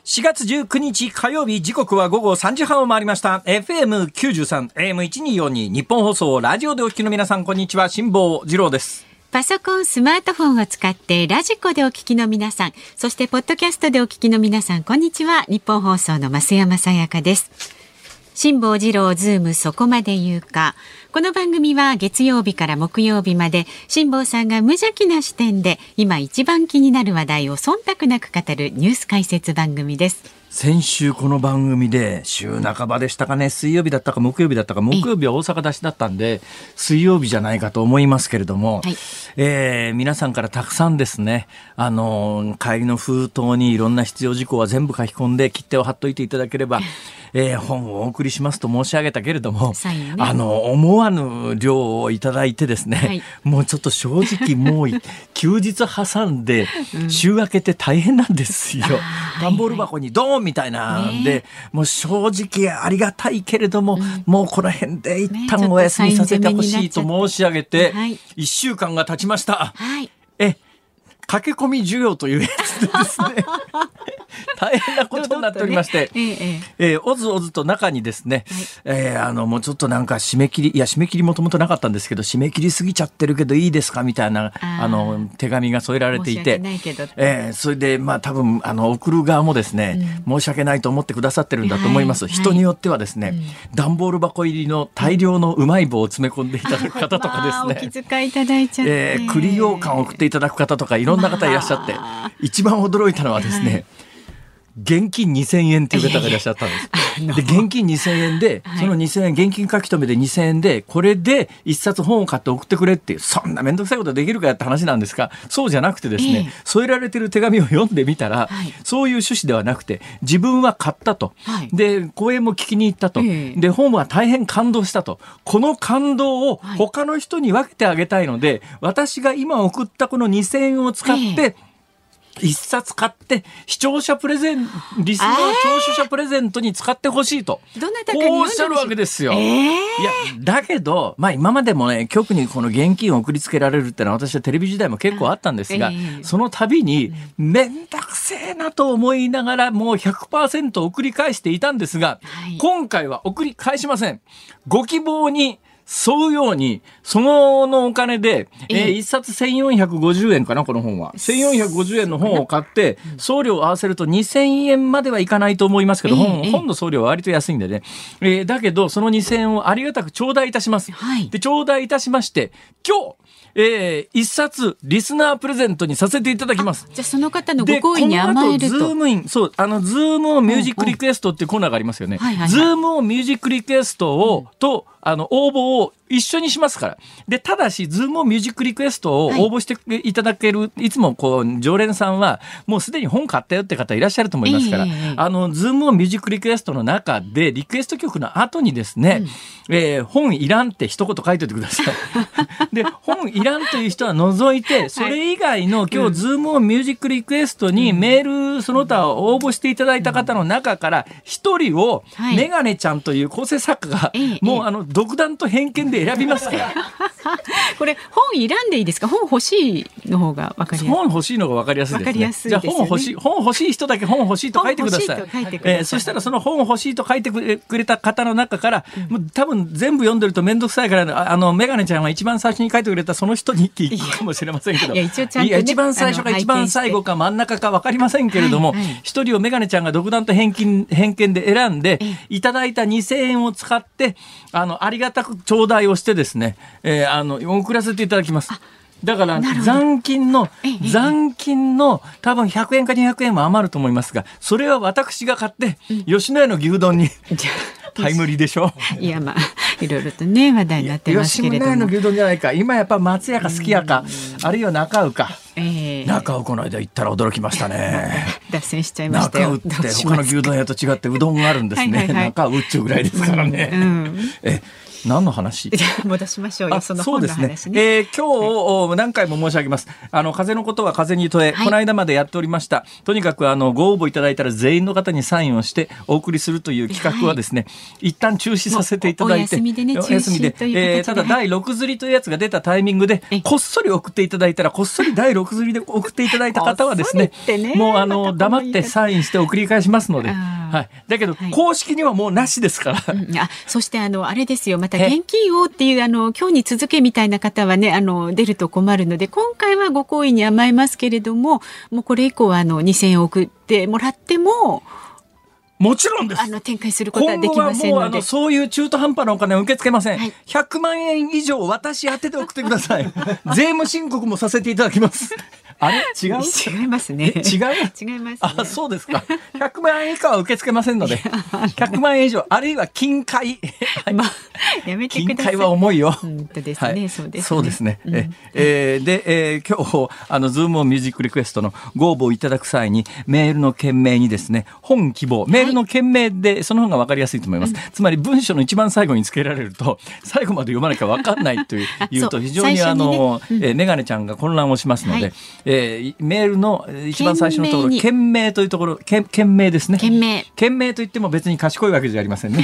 4月19日火曜日、時刻は午後3時半を回りました。 FM93 AM1242 日本放送ラジオでお聞きの皆さん、こんにちは。辛坊治郎です。 パソコン、スマートフォンを使ってラジコでお聞きの皆さん、そしてポッドキャストでお聞きの皆さん、こんにちは。日本放送の増山さやかです。辛坊治郎ズームそこまで言うか。この番組は月曜日から木曜日まで辛坊さんが無邪気な視点で今一番気になる話題を忖度なく語るニュース解説番組です。 先週この番組で週半ばでしたかね、水曜日だったか木曜日だったか、木曜日は大阪出しだったんで水曜日じゃないかと思いますけれども、はい、皆さんからたくさんですね、帰りの封筒にいろんな必要事項は全部書き込んで切手を貼っといていただければ本をお送りしますと申し上げたけれども、思わぬ量をいただいてですね、はい、もうちょっと正直もう休日挟んで週明けて大変なんですよ。段ボール箱にドーンみたいなんで、もう正直ありがたいけれども、もうこの辺で一旦お休みさせてほしいと申し上げて、1週間が経ちました。はい、駆け込み需要というやつでですね大変なことになっておりまして、おずおずと中にですね、はい、もうちょっとなんか締め切りもともとなかったんですけど、締め切りすぎちゃってるけどいいですかみたいな手紙が添えられていて、それで多分送る側もですね、申し訳ないと思ってくださってるんだと思います。はい、人によってはですね、段ボール箱入りの大量のうまい棒を詰め込んでいただく方とかですね、 お気遣いいただいちゃって、 栗羊羹を送っていただく方とかいろんな方いらっしゃって、一番驚いたのはですね、はい、現金2000円という方がいらっしゃったんです。で、現金2000円で、その2000円、現金書き留めで2000円で、これで一冊本を買って送ってくれっていう、そんなめんどくさいことできるかやって話なんですが、そうじゃなくてですね、添えられてる手紙を読んでみたら、そういう趣旨ではなくて、自分は買ったと。で、講演も聞きに行ったと。で、本は大変感動したと。この感動を他の人に分けてあげたいので、私が今送ったこの2000円を使って、一冊買ってリスナー聴取者プレゼントに使ってほしいとこうおっしゃるわけですよ。いやだけど、今までもね、局にこの現金を送りつけられるってのは私はテレビ時代も結構あったんですが、その度にめんどくせえなと思いながらもう 100% 送り返していたんですが、今回は送り返しません。ご希望に沿うように、そのお金で、一冊1450円かな、この本は。1450円の本を買って、送料を合わせると2000円まではいかないと思いますけど、本の送料は割と安いんでね。だけど、その2000円をありがたく頂戴いたします。で、頂戴いたしまして、今日、一冊リスナープレゼントにさせていただきます。 じゃあその方のご好意に甘えると。 ズームイン、ズームオンミュージックリクエストっていうコーナーがありますよね。ズームオンミュージックリクエストを、応募を一緒にしますから。で、ただし、ズームオンミュージックリクエストを応募していただける、いつも常連さんは、もうすでに本買ったよって方いらっしゃると思いますから、ズームオンミュージックリクエストの中で、リクエスト曲の後にですね、本いらんって一言書いておいてください。で、本いらんという人は除いて、それ以外の今日、ズームオンミュージックリクエストにメールその他を応募していただいた方の中から一人を、メガネちゃんという構成作家が、もう独断と偏見で選びますから。 これ本いらんでいいですか？本欲しいの方が分かりやすい。 本欲しいのが分かりやすいですね。じゃあ本欲しい人だけ本欲しいと書いてください。そしたらその本欲しいと書いてくれた方の中から、もう多分全部読んでると面倒くさいから、メガネちゃんは一番最初に書いてくれたその人にっていくかもしれませんけど、一番最初か一番最後か真ん中か分かりませんけれども、一人をメガネちゃんが独断と偏見で選んでいただいた2000円を使って、ありがたく頂戴をしてですね、送らせていただきます。だから残金の多分100円か200円は余ると思いますが、それは私が買って吉野家の牛丼にタイムリーでしょ。 いやいろいろとね話題になってますけれども、 吉野家の牛丼じゃないか、今やっぱ松屋かすき家か、あるいは中尾か。中尾この間行ったら驚きましたね。 脱線しちゃいましたよ。 中尾って他の牛丼屋と違ってうどんがあるんですね。中尾っちゅうぐらいですからね。 何の話？ 戻しましょうよ、その本の話ね。 そうですね。今日何回も申し上げます。風のことは風に問え、この間までやっておりました。とにかくご応募いただいたら全員の方にサインをしてお送りするという企画はですね、一旦中止させていただいて、 お休みでね、中止というただ第6釣りというやつが出たタイミングでこっそり送っていただいたら、こっそり第6釣りで送っていただいた方はですね、もう黙ってサインして送り返しますので、はい、だけど、公式にはもうなしですから、 そしてあれですよ、また現金をっていう今日に続けみたいな方はね出ると困るので、今回はご好意に甘えますけれども、もうこれ以降は2000円送ってもらってももちろんです。 展開することはできませんので、 今後はもうそういう中途半端なお金は受け付けません。100万円以上私当てて送ってください。税務申告もさせていただきます。あれ違う？ 違いますね。 違う？ 違いますね。 そうですか。100万円以下は受け付けませんので、100万円以上、あるいは金塊。 やめてください。 金塊は重いよ。 本当ですね。 そうですね。で、今日ズームミュージックリクエストのご応募いただく際にメールの件名にですね、本希望、メールの件名でその方が分かりやすいと思います。つまり文章の一番最後につけられると最後まで読まなきゃ分かんないというと非常にメガネちゃんが混乱をしますので。メールの一番最初のところ、件名というところ、件名ですね。件名といっても別に賢いわけじゃありませんね。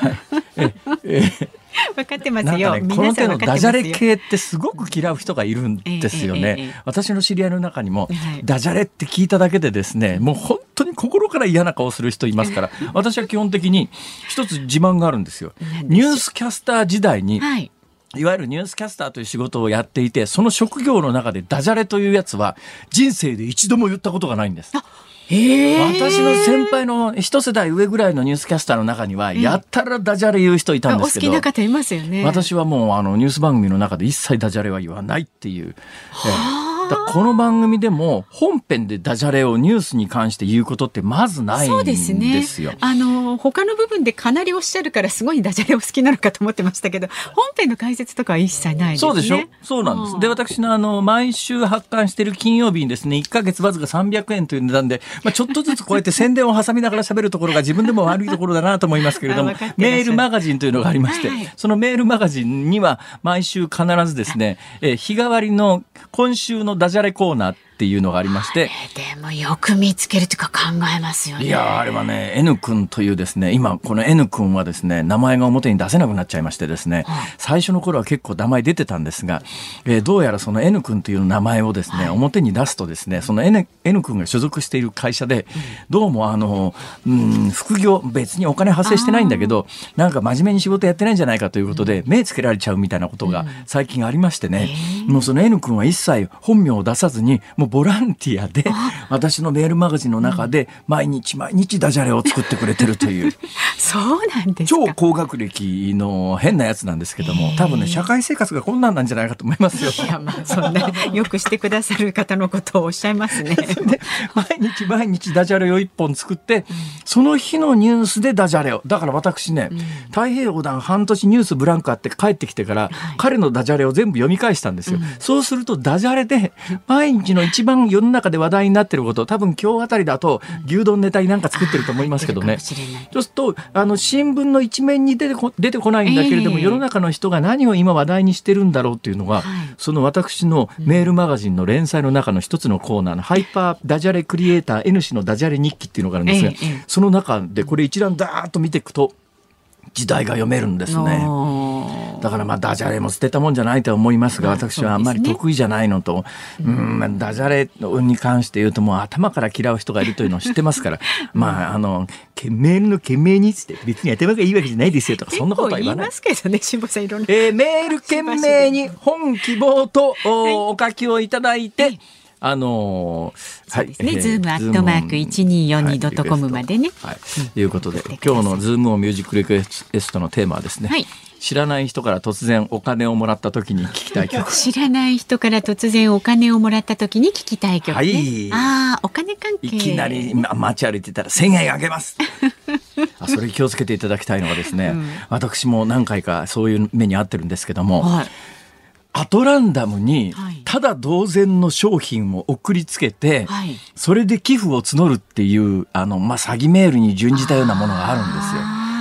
分かってますよ。 この手のダジャレ系ってすごく嫌う人がいるんですよね。私の知り合いの中にも、ダジャレって聞いただけでですね、もう本当に心から嫌な顔する人いますから、私は基本的に一つ自慢があるんですよ。ニュースキャスター時代に、いわゆるニュースキャスターという仕事をやっていて、その職業の中でダジャレというやつは人生で一度も言ったことがないんです。私の先輩の一世代上ぐらいのニュースキャスターの中にはやったらダジャレ言う人いたんですけど、 お好きな方いますよね。 私はもうニュース番組の中で一切ダジャレは言わないっていう。この番組でも本編でダジャレをニュースに関して言うことってまずないんですよ。そうですね。 他の部分でかなりおっしゃるからすごいダジャレお好きなのかと思ってましたけど、本編の解説とかは一切ないですね。 そうでしょ。そうなんです。で、私の毎週発刊している金曜日にですね、1ヶ月わずか300円という値段で、ちょっとずつこうやって宣伝を挟みながら喋るところが自分でも悪いところだなと思いますけれども、メールマガジンというのがありまして、そのメールマガジンには毎週必ずですね、日替わりの今週のダジャレコーナーっていうのがありまして、 でもよく見つけるというか考えますよね。 いやあれはね N 君というですね、今この N 君はですね名前が表に出せなくなっちゃいましてですね、最初の頃は結構名前出てたんですが、どうやらその N 君という名前をですね、表に出すとですね、その N 君が所属している会社でどうも副業、別にお金発生してないんだけどなんか真面目に仕事やってないんじゃないかということで目つけられちゃうみたいなことが最近ありましてね、もうその N 君は一切本名を出さずにもうボランティアで私のメールマガジンの中で毎日ダジャレを作ってくれてるというそうなんですか。 超高学歴の変なやつなんですけども、多分ね社会生活が困難なんじゃないかと思いますよ。 いやそんなよくしてくださる方のことをおっしゃいますね。で毎日ダジャレを1本作って、その日のニュースでダジャレを、だから私ね、太平洋横断半年ニュースブランクあって帰ってきてから、彼のダジャレを全部読み返したんですよ。そうするとダジャレで毎日の一番世の中で話題になってること、多分今日あたりだと牛丼ネタになんか作ってると思いますけどね。そうすると新聞の一面に出てこないんだけれども、世の中の人が何を今話題にしてるんだろうっていうのが、その私のメールマガジンの連載の中の一つのコーナーのハイパーダジャレクリエイター N 氏のダジャレ日記っていうのがあるんですが、その中でこれ一覧ダーッと見ていくと時代が読めるんですね。だからダジャレも捨てたもんじゃないと思いますが、私はあんまり得意じゃないのと、ダジャレに関して言うともう頭から嫌う人がいるというのを知ってますからメールの件名につって別に頭がいいわけじゃないですよとか、そんなことは言わない。 結構言いますけどね、辛坊さんいろんな、 メール件名に本希望とお書きをいただいて、 そうですね、ズームアットマーク 1242.com までね、 ということで今日のズームをミュージックリクエストのテーマはですね、知らない人から突然お金をもらった時に聞きたい曲。 知らない人から突然お金をもらった時に聞きたい曲ね。お金関係。 いきなり街歩いてたら1000円あげますそれ気をつけていただきたいのはですね、私も何回かそういう目に遭ってるんですけども、アトランダムにただ同然の商品を送りつけて、それで寄付を募るっていう詐欺メールに準じたようなものがあるんですよ。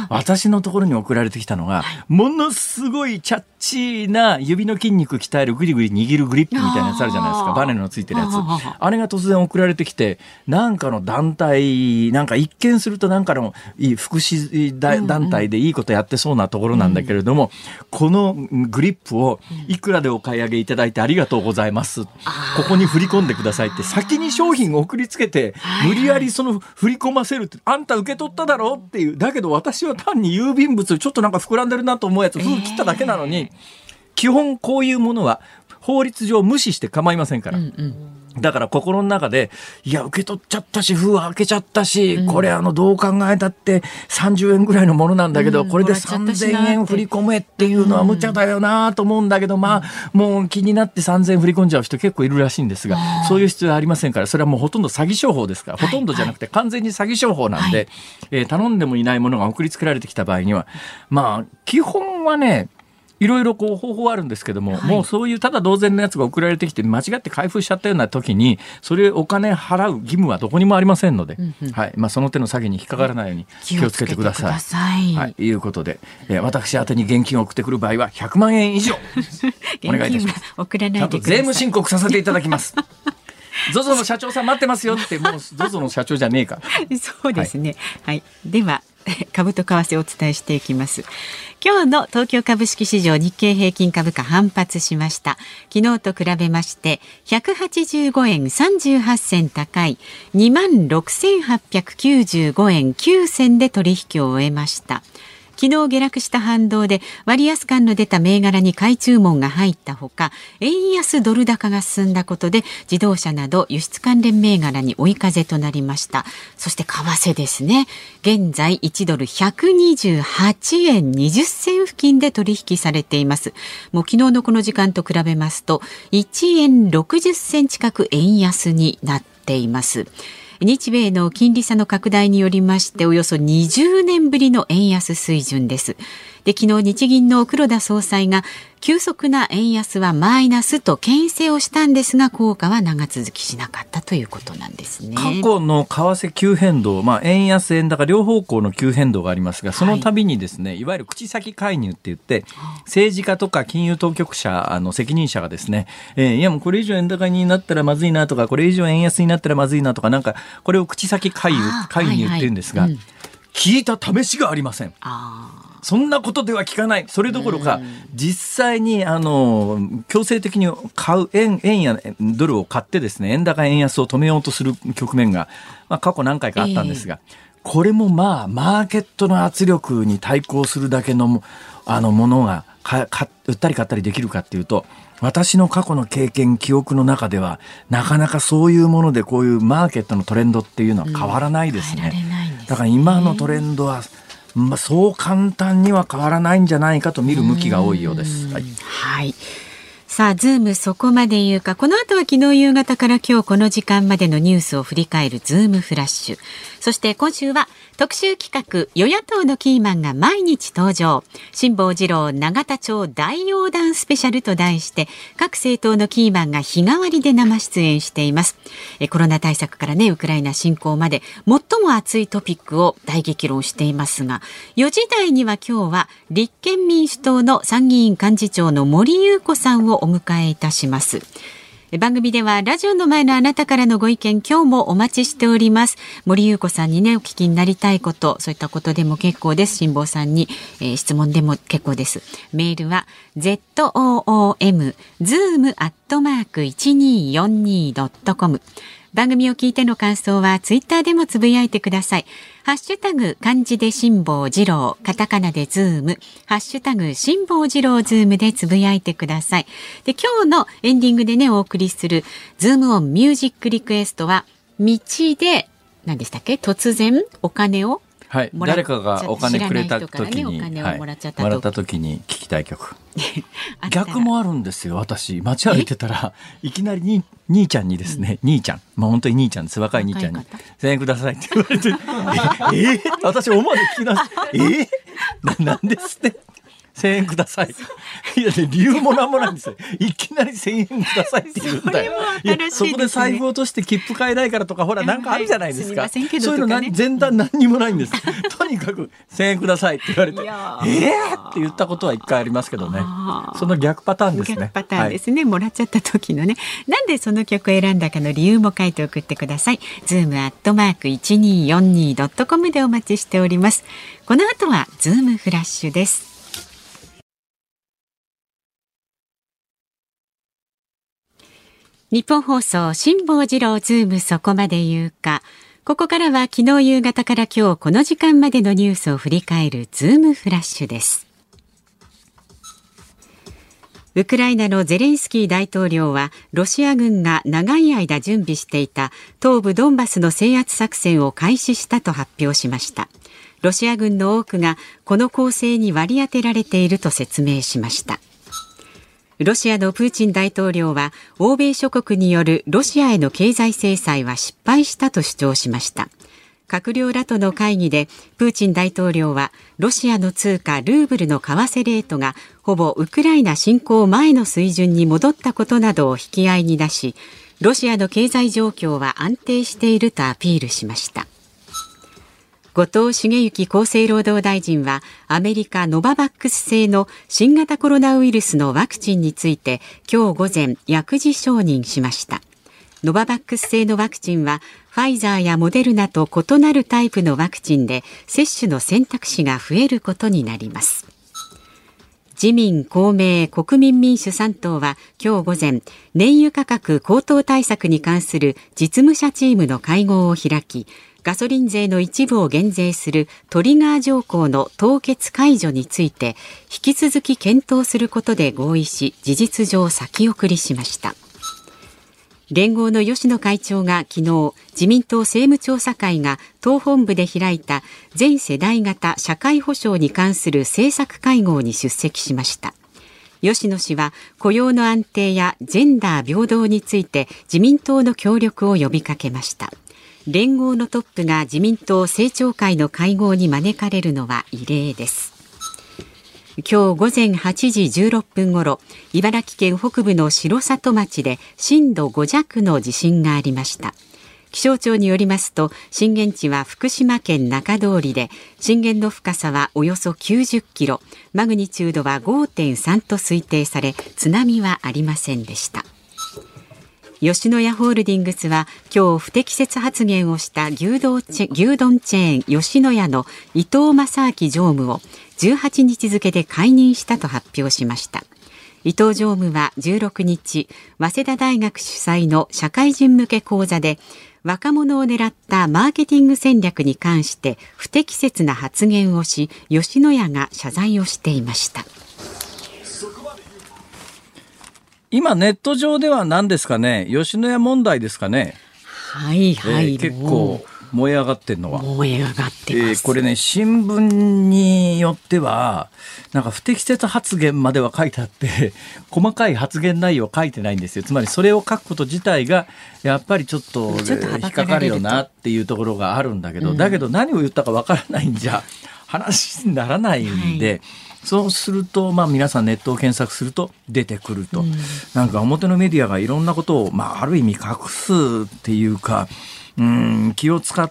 私のところに送られてきたのが、ものすごいチャッチーな指の筋肉鍛えるグリグリ握るグリップみたいなやつあるじゃないですか。バネのついてるやつ。あれが突然送られてきて、なんかの団体、なんか一見するとなんかの福祉団体でいいことやってそうなところなんだけれども、このグリップをいくらでお買い上げいただいてありがとうございます。ここに振り込んでくださいって先に商品を送りつけて、無理やりその振り込ませるって、あんた受け取っただろうっていう。だけど私は単に郵便物ちょっとなんか膨らんでるなと思うやつを切っただけなのに、基本こういうものは法律上無視して構いませんから。だから心の中で、いや受け取っちゃったし封開けちゃったし、これどう考えたって30円ぐらいのものなんだけど、これで3000円振り込めっていうのは無茶だよなと思うんだけど、まあもう気になって3000円振り込んじゃう人結構いるらしいんですが、そういう必要はありませんから、それはもうほとんど詐欺商法ですから、ほとんどじゃなくて完全に詐欺商法なんで、頼んでもいないものが送りつけられてきた場合には、まあ基本はね、いろいろこう方法あるんですけども、もうそういうただ同然のやつが送られてきて間違って開封しちゃったような時に、それお金払う義務はどこにもありませんので、その手の詐欺に引っかからないように気をつけてください。いうことで、私宛てに現金を送ってくる場合は100万円以上お願いいたします。 送らないでください。 ちゃんと税務申告させていただきます。ZOZO の社長さん待ってますよって、もう ZOZO の社長じゃねえか。 そうですね。では株と為替をお伝えしていきます。今日の東京株式市場、日経平均株価反発しました。昨日と比べまして185円38銭高い 26,895 円9銭で取引を終えました。昨日下落した反動で割安感の出た銘柄に買い注文が入ったほか、円安ドル高が進んだことで自動車など輸出関連銘柄に追い風となりました。そして為替ですね。現在1ドル128円20銭付近で取引されています。もう昨日のこの時間と比べますと1円60銭近く円安になっています。日米の金利差の拡大によりましておよそ20年ぶりの円安水準です。で、昨日日銀の黒田総裁が急速な円安はマイナスと牽制をしたんですが、効果は長続きしなかったということなんですね。 過去の為替急変動、円安円高両方向の急変動がありますが、その度にですね、いわゆる口先介入って言って政治家とか金融当局者責任者がですね、いやもうこれ以上円高になったらまずいなとか、これ以上円安になったらまずいなとか、なんかこれを口先介入って言うんですが、聞いた試しがありません。そんなことでは聞かない。それどころか、実際に強制的に買う円やドルを買ってですね、円高円安を止めようとする局面が、過去何回かあったんですが、これもマーケットの圧力に対抗するだけのものが売ったり買ったりできるかっていうと、私の過去の経験記憶の中ではなかなかそういうものでこういうマーケットのトレンドっていうのは変わらないですね。だから今のトレンドはそう簡単には変わらないんじゃないかと見る向きが多いようです。 さあ、ズームそこまで言うか。この後は昨日夕方から今日この時間までのニュースを振り返るズームフラッシュ。そして今週は特集企画、与野党のキーマンが毎日登場。辛坊治郎永田町大横断スペシャルと題して各政党のキーマンが日替わりで生出演しています。コロナ対策からね、ウクライナ侵攻まで最も熱いトピックを大激論していますが、4時台には今日は立憲民主党の参議院幹事長の森裕子さんをお迎えいたします。番組ではラジオの前のあなたからのご意見、今日もお待ちしております。森裕子さんにね、お聞きになりたいこと、そういったことでも結構です。辛坊さんに、質問でも結構です。メールは zoom@1242.com。番組を聞いての感想はツイッターでもつぶやいてください。ハッシュタグ漢字で辛坊治郎、カタカナでズーム、ハッシュタグ辛坊治郎ズームでつぶやいてください。で、今日のエンディングでね、お送りするズームオンミュージックリクエストは、道で何でしたっけ、突然お金を誰かがお金くれた時に、 お金をもらっちゃった時に聞きたい曲逆もあるんですよ。私街歩いてたらいきなり兄ちゃんにですね、兄ちゃん、本当に兄ちゃんです、若い兄ちゃんに1000円くださいって言われて私思わず聞き出してなんですって 1000円ください。いや、ね、理由もなんもないんですよ。いきなり1000円くださいって言うんだよ。いや、そこで財布落として切符買えないからとか、ほら、なんかあるじゃないですか。そういうの前段何にもないんです。とにかく1000円くださいって言われて、って言ったことは1回ありますけどね。その逆パターンですね。 逆パターンですね。もらっちゃった時のね。なんでその曲を選んだかの理由も書いて送ってください。zoom@1242.com でお待ちしております。この後はズームフラッシュです。日本放送辛坊治郎ズームそこまで言うか。ここからは昨日夕方から今日この時間までのニュースを振り返るズームフラッシュです。ウクライナのゼレンスキー大統領はロシア軍が長い間準備していた東部ドンバスの制圧作戦を開始したと発表しました。ロシア軍の多くがこの攻勢に割り当てられていると説明しました。ロシアのプーチン大統領は欧米諸国によるロシアへの経済制裁は失敗したと主張しました。閣僚らとの会議でプーチン大統領はロシアの通貨ルーブルの為替レートがほぼウクライナ侵攻前の水準に戻ったことなどを引き合いに出し、ロシアの経済状況は安定しているとアピールしました。後藤茂之厚生労働大臣はアメリカノババックス製の新型コロナウイルスのワクチンについて今日午前薬事承認しました。ノババックス製のワクチンはファイザーやモデルナと異なるタイプのワクチンで接種の選択肢が増えることになります。自民公明国民民主3党は今日午前燃油価格高騰対策に関する実務者チームの会合を開き、ガソリン税の一部を減税するトリガー条項の凍結解除について引き続き検討することで合意し、事実上先送りしました。連合の吉野会長が昨日、自民党政務調査会が党本部で開いた全世代型社会保障に関する政策会合に出席しました。吉野氏は雇用の安定やジェンダー平等について自民党の協力を呼びかけました。連合のトップが自民党政調会の会合に招かれるのは異例です。今日午前8時16分ごろ、茨城県北部の城里町で震度5弱の地震がありました。気象庁によりますと、震源地は福島県中通りで、震源の深さはおよそ90キロ、マグニチュードは 5.3 と推定され、津波はありませんでした。吉野家ホールディングスは今日不適切発言をした牛丼チェーン吉野家の伊藤正明常務を18日付で解任したと発表しました。伊藤常務は16日、早稲田大学主催の社会人向け講座で若者を狙ったマーケティング戦略に関して不適切な発言をし、吉野家が謝罪をしていました。 今ネット上では何ですかね、吉野家問題ですかね。 はいはい、 結構燃え上がってるのは燃え上がってます。 これね、新聞によってはなんか不適切発言までは書いてあって細かい発言内容は書いてないんですよ。つまりそれを書くこと自体がやっぱりちょっと引っかかるよなっていうところがあるんだけど、だけど何を言ったかわからないんじゃ話にならないんで、そうすると、皆さんネットを検索すると出てくると、なんか表のメディアがいろんなことを、ある意味隠すっていうか、気を使って、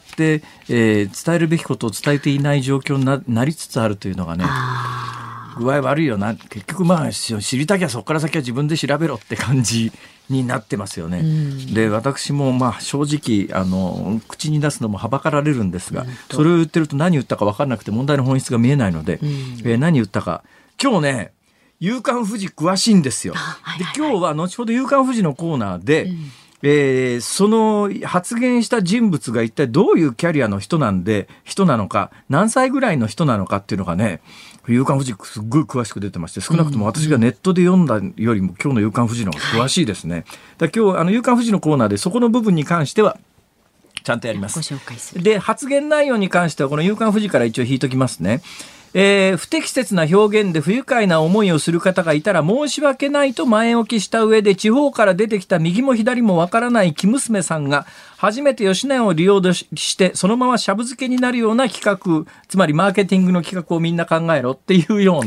伝えるべきことを伝えていない状況に なりつつあるというのがね、具合悪いよな。結局知りたきゃそこから先は自分で調べろって感じになってますよね。で、私も正直口に出すのもはばかられるんですが、それを言ってると何言ったか分からなくて問題の本質が見えないので、何言ったか今日ね、夕刊フジ詳しいんですよ。で、今日は後ほど夕刊フジのコーナーで、その発言した人物が一体どういうキャリアの人なのか、何歳ぐらいの人なのかっていうのがね、夕刊フジすっごい詳しく出てまして、少なくとも私がネットで読んだよりも今日の夕刊フジの方が詳しいですね。だ今日夕刊フジのコーナーでそこの部分に関してはちゃんとやります。 ご紹介する。 で、発言内容に関してはこの夕刊フジから一応引いときますね。不適切な表現で不愉快な思いをする方がいたら申し訳ないと前置きした上で、地方から出てきた右も左もわからない生娘さんが初めて吉野家を利用してそのまましゃぶ漬けになるような企画、つまりマーケティングの企画をみんな考えろっていうような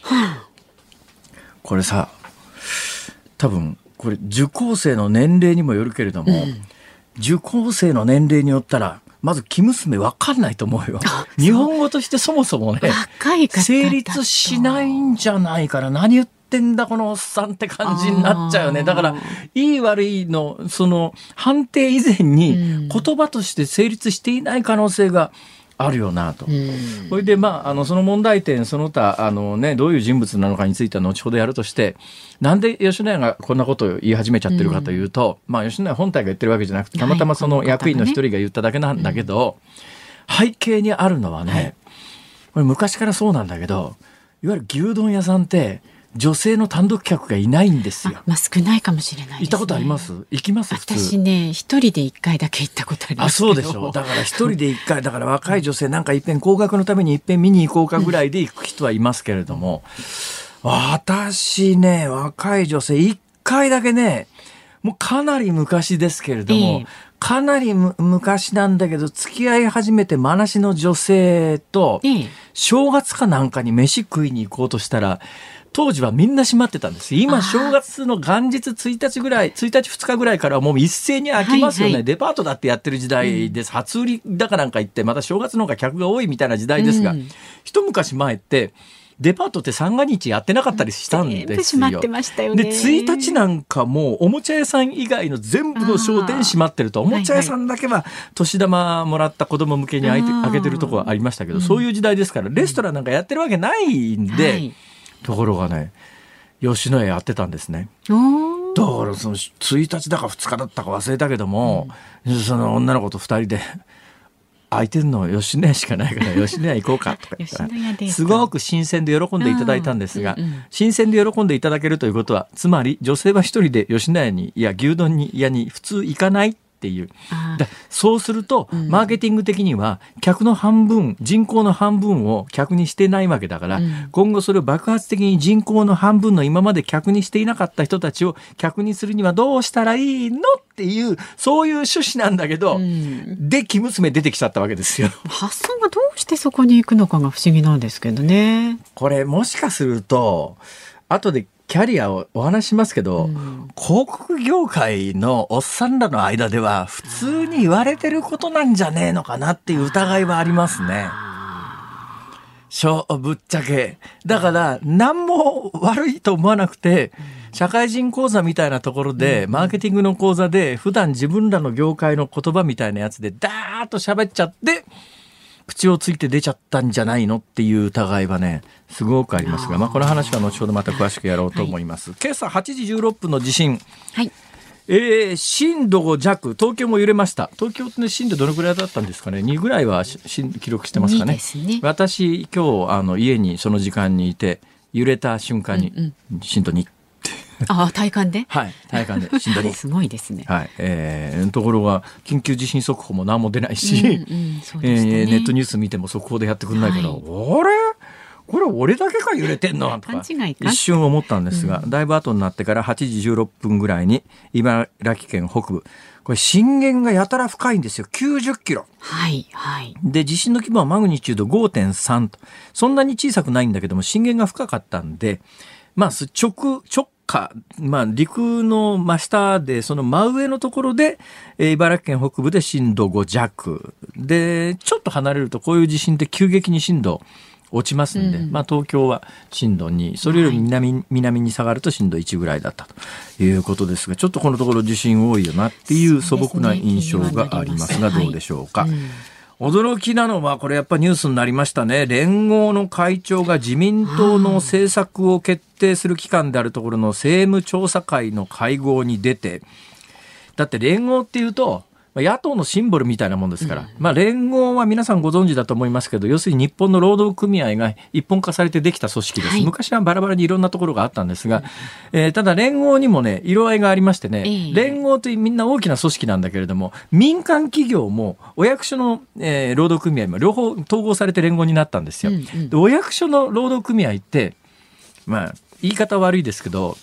これさ、多分これ受講生の年齢にもよるけれども、受講生の年齢によったらまず生娘分かんないと思うよ。日本語としてそもそもね成立しないんじゃないかな。何言ってんだこのおっさんって感じになっちゃうよね。だからいい悪いのその判定以前に言葉として成立していない可能性があるよなと。それでその問題点その他どういう人物なのかについては後ほどやるとして、なんで吉野家がこんなことを言い始めちゃってるかというと、吉野家本体が言ってるわけじゃなくてたまたまその役員の一人が言っただけなんだけど、背景にあるのはね、これ昔からそうなんだけど、いわゆる牛丼屋さんって女性の単独客がいないんですよ。 少ないかもしれないですね。 行ったことあります？行きます？普通。 私ね、一人で一回だけ行ったことありますけど。 そうでしょ。だから一人で一回、だから若い女性なんか一遍高額のために一遍見に行こうかぐらいで行く人はいますけれども、私ね、若い女性一回だけね、もうかなり昔ですけれども、かなり昔なんだけど付き合い始めて間なしの女性と、正月かなんかに飯食いに行こうとしたら、当時はみんな閉まってたんです。今正月の元日1日ぐらい、1日2日ぐらいからはもう一斉に開きますよね。デパートだってやってる時代です。初売りだかなんか行ってまた正月の方が客が多いみたいな時代ですが、一昔前ってデパートって三が日やってなかったりしたんですよ。 全部閉まってましたよね。 で1日なんかもうおもちゃ屋さん以外の全部の商店閉まってると、おもちゃ屋さんだけは年玉もらった子供向けに開けてるところはありましたけど、そういう時代ですからレストランなんかやってるわけないんで、ところがね、吉野家やってたんですね。だからその1日だか2日だったか忘れたけども、その女の子と2人で空いてるの吉野家しかないから吉野家行こうかとか言ったらすごく新鮮で喜んでいただいたんですが、新鮮で喜んでいただけるということはつまり女性は一人で吉野家にいや牛丼に屋に普通行かないっていう。そうするとマーケティング的には客の半分、人口の半分を客にしてないわけだから、今後それを爆発的に人口の半分の今まで客にしていなかった人たちを客にするにはどうしたらいいのっていう、そういう趣旨なんだけど、で生娘出てきちゃったわけですよ。 発想がどうしてそこに行くのかが不思議なんですけどね。 これもしかすると後でキャリアをお話しますけど、広告業界のおっさんらの間では普通に言われてることなんじゃねえのかなっていう疑いはありますね。ぶっちゃけ。だから何も悪いと思わなくて、社会人講座みたいなところで、マーケティングの講座で普段自分らの業界の言葉みたいなやつでダーッと喋っちゃって口をついて出ちゃったんじゃないのっていう疑いはねすごくありますが、この話は後ほどまた詳しくやろうと思います。今朝8時16分の地震、震度5弱、東京も揺れました。東京って震度どのぐらいだったんですかね。2ぐらいは記録してますかね。私今日家にその時間にいて揺れた瞬間に震度2 体感で、 体感で震度2 すごいですね。 ところが緊急地震速報も何も出ないし、ネットニュース見ても速報でやってくれないから、これ俺だけか揺れてんのとか一瞬思ったんですが、だいぶ後になってから8時16分ぐらいに茨城県北部、これ震源がやたら深いんですよ。90キロ。で地震の規模はマグニチュード 5.3 と、そんなに小さくないんだけども震源が深かったんで、直下、陸の真下でその真上のところで、茨城県北部で震度5弱で、ちょっと離れるとこういう地震って急激に震度落ちますんで、東京は震度2、それより南に下がると震度1ぐらいだったということですが、ちょっとこのところ地震多いよなっていう素朴な印象がありますが、どうでしょうか。驚きなのはこれやっぱニュースになりましたね。連合の会長が自民党の政策を決定する機関であるところの政務調査会の会合に出て、だって連合っていうと野党のシンボルみたいなもんですから、連合は皆さんご存知だと思いますけど、要するに日本の労働組合が一本化されてできた組織です。昔はバラバラにいろんなところがあったんですが、ただ連合にもね色合いがありましてね、連合というみんな大きな組織なんだけれども、民間企業もお役所の、労働組合も両方統合されて連合になったんですよ。でお役所の労働組合って言い方悪いですけど、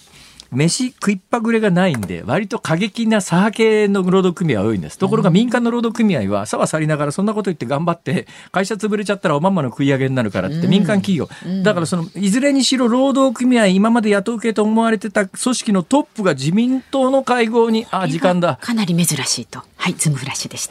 飯食いっぱぐれがないんで割と過激な左派系の労働組合は多いんです。ところが民間の労働組合はさはさりながらそんなこと言って頑張って会社潰れちゃったらおまんまの食い上げになるからって民間企業、だからそのいずれにしろ労働組合今まで雇う系と思われてた組織のトップが自民党の会合に時間だ。 かなり珍しいと。はい、ズームフラッシュでした。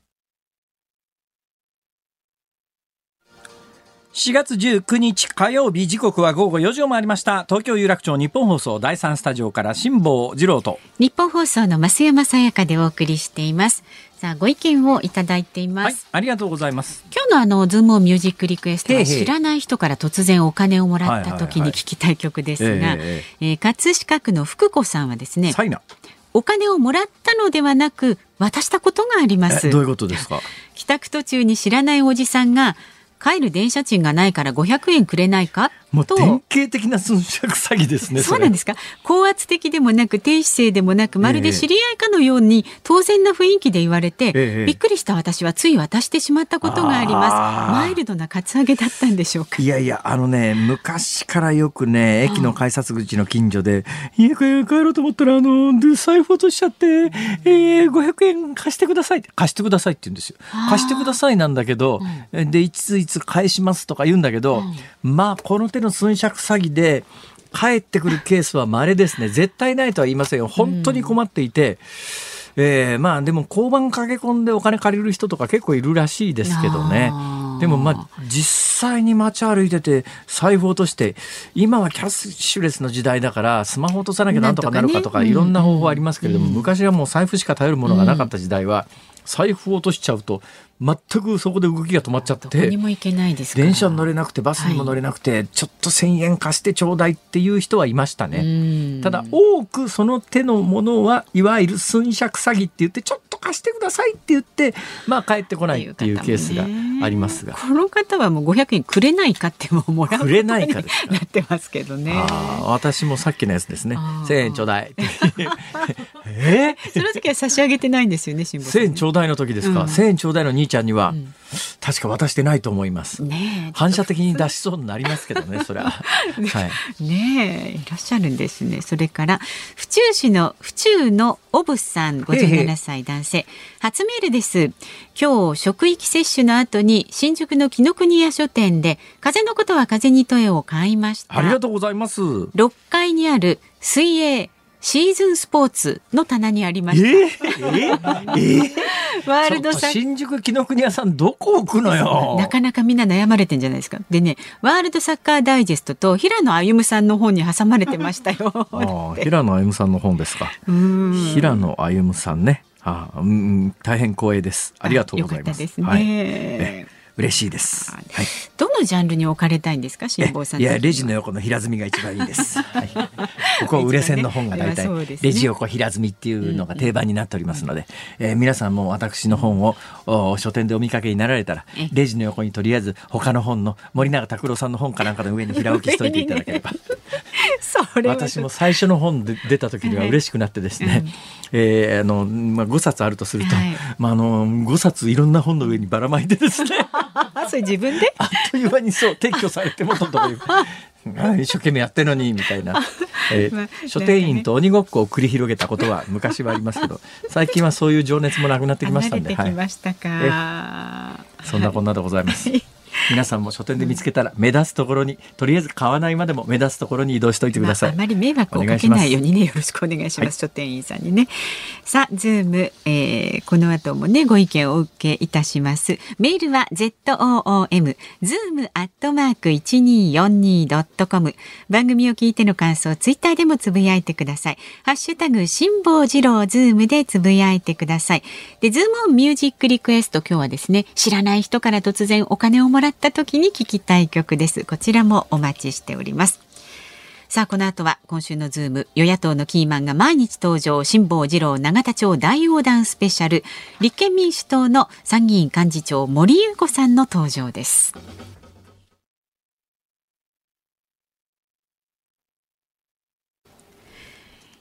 4月19日火曜日、時刻は午後4時を回りました。東京有楽町日本放送第3スタジオから辛坊治郎と日本放送の増山さやかでお送りしています。さあ、ご意見をいただいています。はい、 ありがとうございます。 今日のズームミュージックリクエストは知らない人から突然お金をもらった時に聞きたい曲ですが、葛飾区の福子さんはですね、お金をもらったのではなく渡したことがあります。 どういうことですか？ 帰宅途中に知らないおじさんが帰る電車賃がないから500円くれないかもう典型的な寸借詐欺ですね。 そうなんですか。高圧的でもなく低姿勢でもなくまるで知り合いかのように当然な雰囲気で言われて、びっくりした私はつい渡してしまったことがあります。マイルドなカツアゲだったんでしょうか。 いやいや昔からよくね駅の改札口の近所で家帰ろうと思ったら財布落としちゃって、500円貸してくださいって言うんですよ。貸してくださいなんだけど、でいついつ返しますとか言うんだけど、まあこの手の寸借詐欺で返ってくるケースは稀ですね。絶対ないとは言いませんよ。本当に困っていて、まあでも交番駆け込んでお金借りる人とか結構いるらしいですけどね。でもまあ実際に街歩いてて財布落として、今はキャッシュレスの時代だからスマホ落とさなきゃなんとかなるかとかいろんな方法ありますけれども、昔はもう財布しか頼るものがなかった時代は財布を落としちゃうと全くそこで動きが止まっちゃって、 どこにも行けないですから。 電車に乗れなくてバスにも乗れなくて、ちょっと1000円貸してちょうだいっていう人はいましたね。ただ多くその手のものはいわゆる寸借詐欺って言ってちょっと貸してくださいって言ってまあ返ってこないっていうケースがありますが、 この方はもう500円くれないかってもらうことになってますけどね。 私もさっきのやつですね。1000円ちょうだいその時は差し上げてないんですよね。 1000円ちょうだいの時ですか。1000円ちょうだいの兄ちゃんには、確か渡してないと思います、反射的に出しそうになりますけどねそれは、 ねえ、いらっしゃるんですね。それから府中市の府中のオブさん、57歳男性、初メールです。今日職域接種の後に新宿の紀ノ国屋書店で風のことは風に問えを買いました。 ありがとうございます。 6階にある水泳シーズンスポーツの棚にありました。ワールドサッカー新宿紀ノ国屋さんどこ置くのよ。 なかなかみんな悩まれてんじゃないですか。でね、ワールドサッカーダイジェストと平野歩夢さんの本に挟まれてましたよ。 平野歩夢さんの本ですか。平野歩夢さんね。大変光栄です。ありがとうございます。 よかったですね。 嬉しいです、 どのジャンルに置かれたいんですか、辛坊さん。 いやレジの横の平積みが一番いいです、ここ売れ線の本が大体、レジ横平積みっていうのが定番になっておりますので、皆さんも私の本を書店でお見かけになられたらレジの横にとりあえず他の本の森永卓郎さんの本かなんかの上に平置きしといていただければ私も最初の本で出た時には嬉しくなってですね、5冊あるとすると、5冊いろんな本の上にばらまいてですねそれ自分であっという間に撤去されて元のところに一生懸命やってるのにみたいな、書店員と鬼ごっこを繰り広げたことは昔はありますけど、最近はそういう情熱もなくなってきましたんで、 慣れてきましたか。 そんなこんなでございます、皆さんも書店で見つけたら目立つところに、とりあえず買わないまでも目立つところに移動しておいてください。 あまり迷惑をかけないようにね、よろしくお願いします、書店員さんにね。さあズーム、この後もねご意見をお受けいたします。メールは ZOOM zoom@1242.com、 番組を聞いての感想ツイッターでもつぶやいてください。ハッシュタグ辛坊治郎ズームでつぶやいてください。でズームオンミュージックリクエスト、今日はですね、知らない人から突然お金をもらった時に聞きたい曲です。こちらもお待ちしております。さあこの後は今週のズーム、与野党のキーマンが毎日登場、辛坊治郎永田町大横断スペシャル、立憲民主党の参議院幹事長森裕子さんの登場です。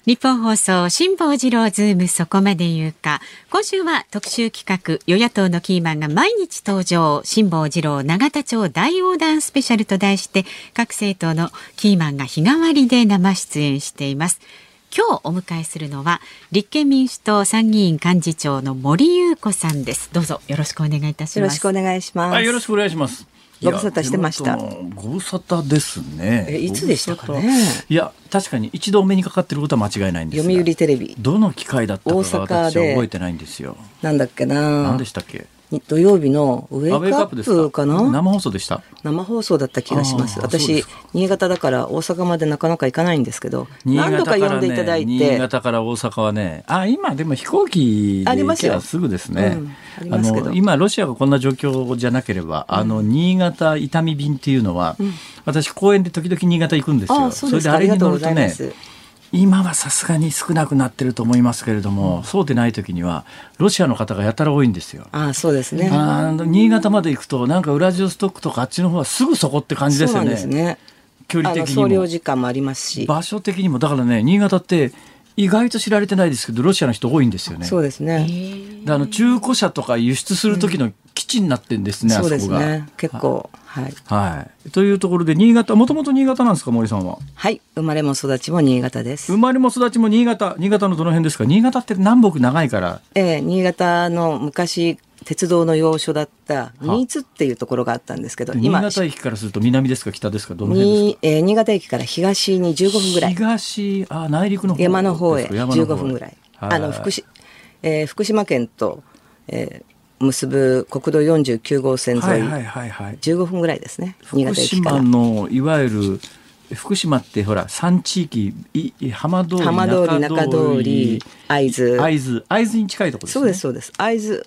日本放送辛坊治郎ズームそこまで言うか。今週は特集企画、与野党のキーマンが毎日登場、辛坊治郎永田町大横断スペシャルと題して各政党のキーマンが日替わりで生出演しています。今日お迎えするのは立憲民主党参議院幹事長の森裕子さんです。どうぞよろしくお願いいたします。 よろしくお願いします。 はい、よろしくお願いします。 ご無沙汰してました。 ご無沙汰ですね。 いつでしたかね。 いや確かに一度お目にかかってることは間違いないんですが、 読売テレビどの機会だったか大私は阪で覚えてないんですよ。 なんだっけな。 何でしたっけ。 土曜日のウェイクアップかな。 生放送でした。 生放送だった気がします。私新潟だから大阪までなかなか行かないんですけど、何度か読んでいただいて。 新潟から大阪はね、今でも飛行機で行けばすぐですね。 ありますけど、 今ロシアがこんな状況じゃなければ、新潟伊丹便っていうのは、私公園で時々新潟行くんですよ。 それであれに乗るとね、 今はさすがに少なくなってると思いますけれども、そうでない時にはロシアの方がやたら多いんですよ。 そうですね。 新潟まで行くとなんかウラジオストックとかあっちの方はすぐそこって感じですよね。 そうなんですね。 距離的にも総領時間もありますし、 場所的にも。だからね、新潟って意外と知られてないですけどロシアの人多いんですよね。 そうですね。 で中古車とか輸出する時の基地になってんですね、あそこが。 そうですね。結構はい、というところで新潟、もともと新潟なんですか、森さんは。 はい、生まれも育ちも新潟です。 生まれも育ちも新潟。新潟のどの辺ですか。新潟って南北長いから。 新潟の昔鉄道の要所だった新津っていうところがあったんですけど、 新潟駅からすると南ですか北ですか、どの辺ですか。 新潟駅から東に15分ぐらい。 東、内陸の方、 山の方へ15分ぐらい。福島県と、結ぶ国道49号線沿い、15分ぐらいですね。新潟駅から。 福島のいわゆる福島ってほら3地域、浜通り、中通り、 会津に近いところですね。 そうですそうです。会津、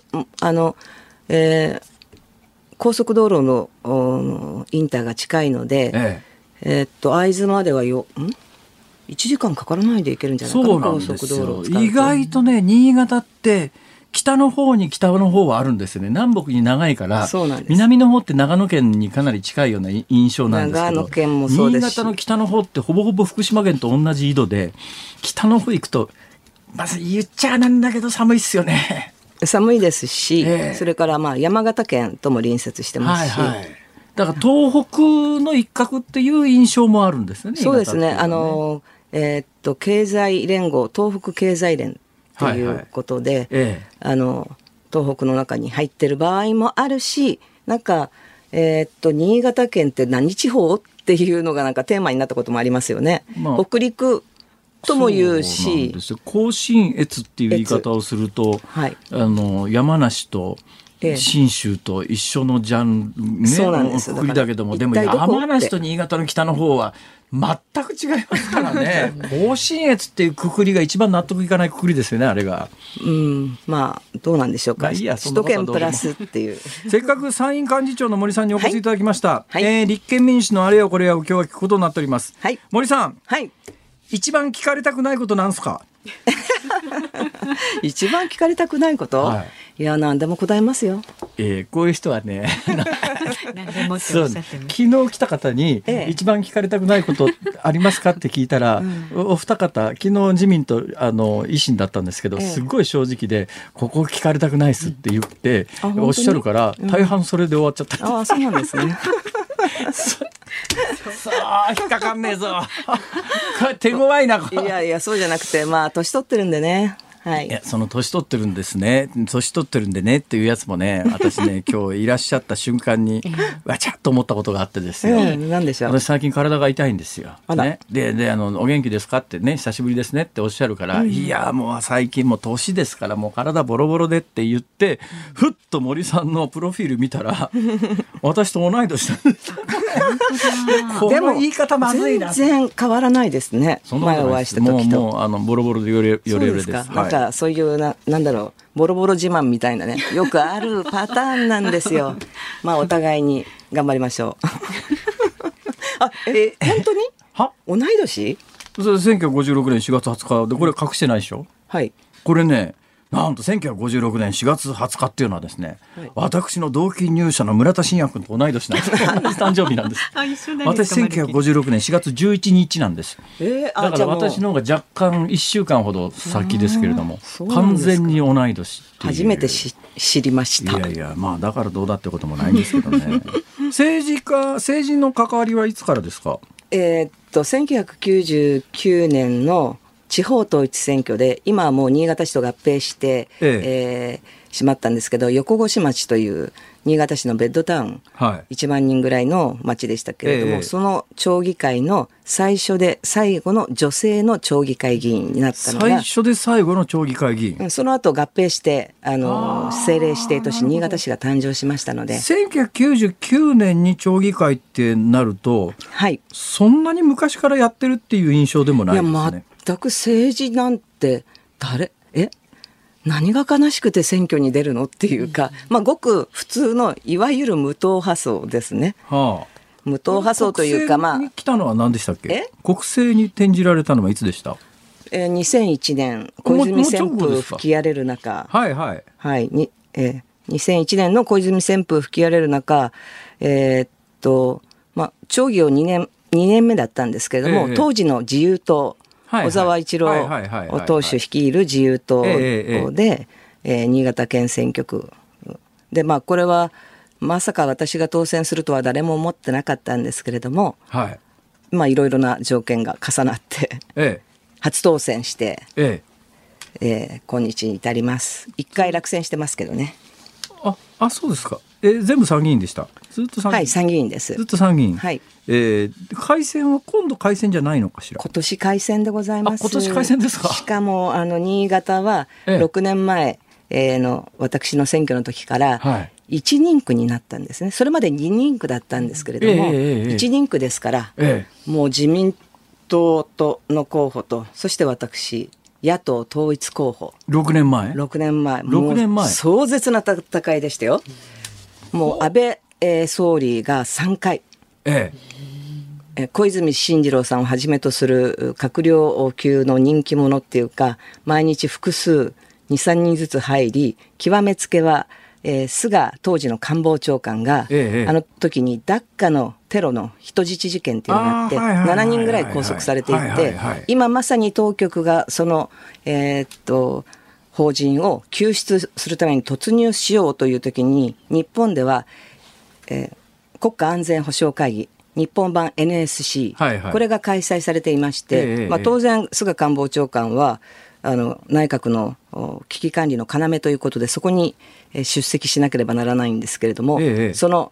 高速道路のインターが近いので、会津までは1時間かからないで行けるんじゃないかな。高速道路を使うと。 意外とね、新潟って北の方はあるんですよね。南北に長いから。南の方って長野県にかなり近いような印象なんですけど、 長野県もそうですし、 新潟の北の方ってほぼほぼ福島県と同じ緯度で、北の方行くとまず言っちゃなんだけど寒いっすよね。 寒いですし、それから山形県とも隣接してますし、 だから東北の一角っていう印象もあるんですよね。 そうですね。経済連合、東北経済連ということで、東北の中に入ってる場合もあるし、なんか、新潟県って何地方っていうのがなんかテーマになったこともありますよね。北陸とも言うし、 甲信越っていう言い方をすると、山梨と信州と一緒のジャンル、 そうなんです。 国だけども、でも山梨と新潟の北の方は全く違いますからね。甲信越っていうくくりが一番納得いかないくくりですよね、あれが。 どうなんでしょうか。首都圏プラスっていう。 せっかく参院幹事長の森さんにお越しいただきました。立憲民主のあれやこれやを今日は聞くことになっております。森さん、一番聞かれたくないことなんですか。 一番聞かれたくないこと、いや何でも答えますよ。 こういう人はね何でもっておっしゃってね。 昨日来た方に、一番聞かれたくないことありますかって聞いたら、お二方昨日自民と維新だったんですけど、すごい正直でここ聞かれたくないっすって言って、おっしゃるから、大半それで終わっちゃった。 そうなんですね。 さあ引っかかんねえぞ手強いな。 いやそうじゃなくて、年取ってるんでね。 いやその年取ってるんですね、年取ってるんでねっていうやつもね、私ね今日いらっしゃった瞬間にわちゃっと思ったことがあってですよ。 何でしょう。 私最近体が痛いんですよ、ね、でお元気ですかってね、久しぶりですねっておっしゃるから、いやもう最近もう年ですからもう体ボロボロでって言って、ふっと森さんのプロフィール見たら私と同い年なんですこの言い方まずいな。 全然変わらないですね。前お会いした時と。 もうボロボロでよれよれです。 なんかそういうなんだろう、ボロボロ自慢みたいなね、よくあるパターンなんですよ。お互いに頑張りましょう。本当に同い年？ それ1956年4月20日で、これ隠してないでしょ。 はい。 これねなんと1956年4月20日っていうのはですね、私の同期入社の村田信也君と同い年なんです。同じ誕生日なんです。私1956年4月11日なんです。だから私の方が若干1週間ほど先ですけれども、完全に同い年っていう。 初めて知りました。 いやいや、まあだからどうだってこともないんですけどね。政治の関わりはいつからですか ？1999年の地方統一選挙で、今はもう新潟市と合併して、しまったんですけど、横越町という新潟市のベッドタウン、1万人ぐらいの町でしたけれども、その町議会の最初で最後の女性の町議会議員になったのが、 最初で最後の町議会議員、 その後合併して政令指定都市新潟市が誕生しましたので、 1999年に町議会ってなると、そんなに昔からやってるっていう印象でもないですね。 全く政治なんて何が悲しくて選挙に出るのっていうか、ごく普通のいわゆる無党派層ですね。無党派層というか、 国政に来たのは何でしたっけ？国政に転じられたのはいつでした ？2001年小泉旋風吹き荒れる中、2001年の小泉旋風吹き荒れる中、町議を2年目だったんですけれども、当時の自由党、小沢一郎党首率いる自由党で、新潟県選挙区で、これはまさか私が当選するとは誰も思ってなかったんですけれども、いろいろな条件が重なって、初当選して、今日に至ります。1回落選してますけどね。 そうですか。全部参議院でした。ずっと参議院。 参議院です。 ずっと参議院。改選は今度改選じゃないのかしら。 今年改選でございます。 今年改選ですか。 しかも新潟は6年前の私の選挙の時から1人区になったんですね。それまで2人区だったんですけれども、1人区ですから、もう自民党の候補と、そして私野党統一候補、 6年前壮絶な戦いでしたよ。もう安倍総理が3回、小泉進次郎さんをはじめとする閣僚級の人気者っていうか、毎日複数 2,3 人ずつ入り、極めつけは、菅当時の官房長官が、あの時にダッカのテロの人質事件っていうのがあって、7人ぐらい拘束されていて、今まさに当局がその法人を救出するために突入しようという時に、日本では、国家安全保障会議、日本版 NSC、これが開催されていまして、当然菅官房長官は内閣の危機管理の要ということで、そこに出席しなければならないんですけれども、その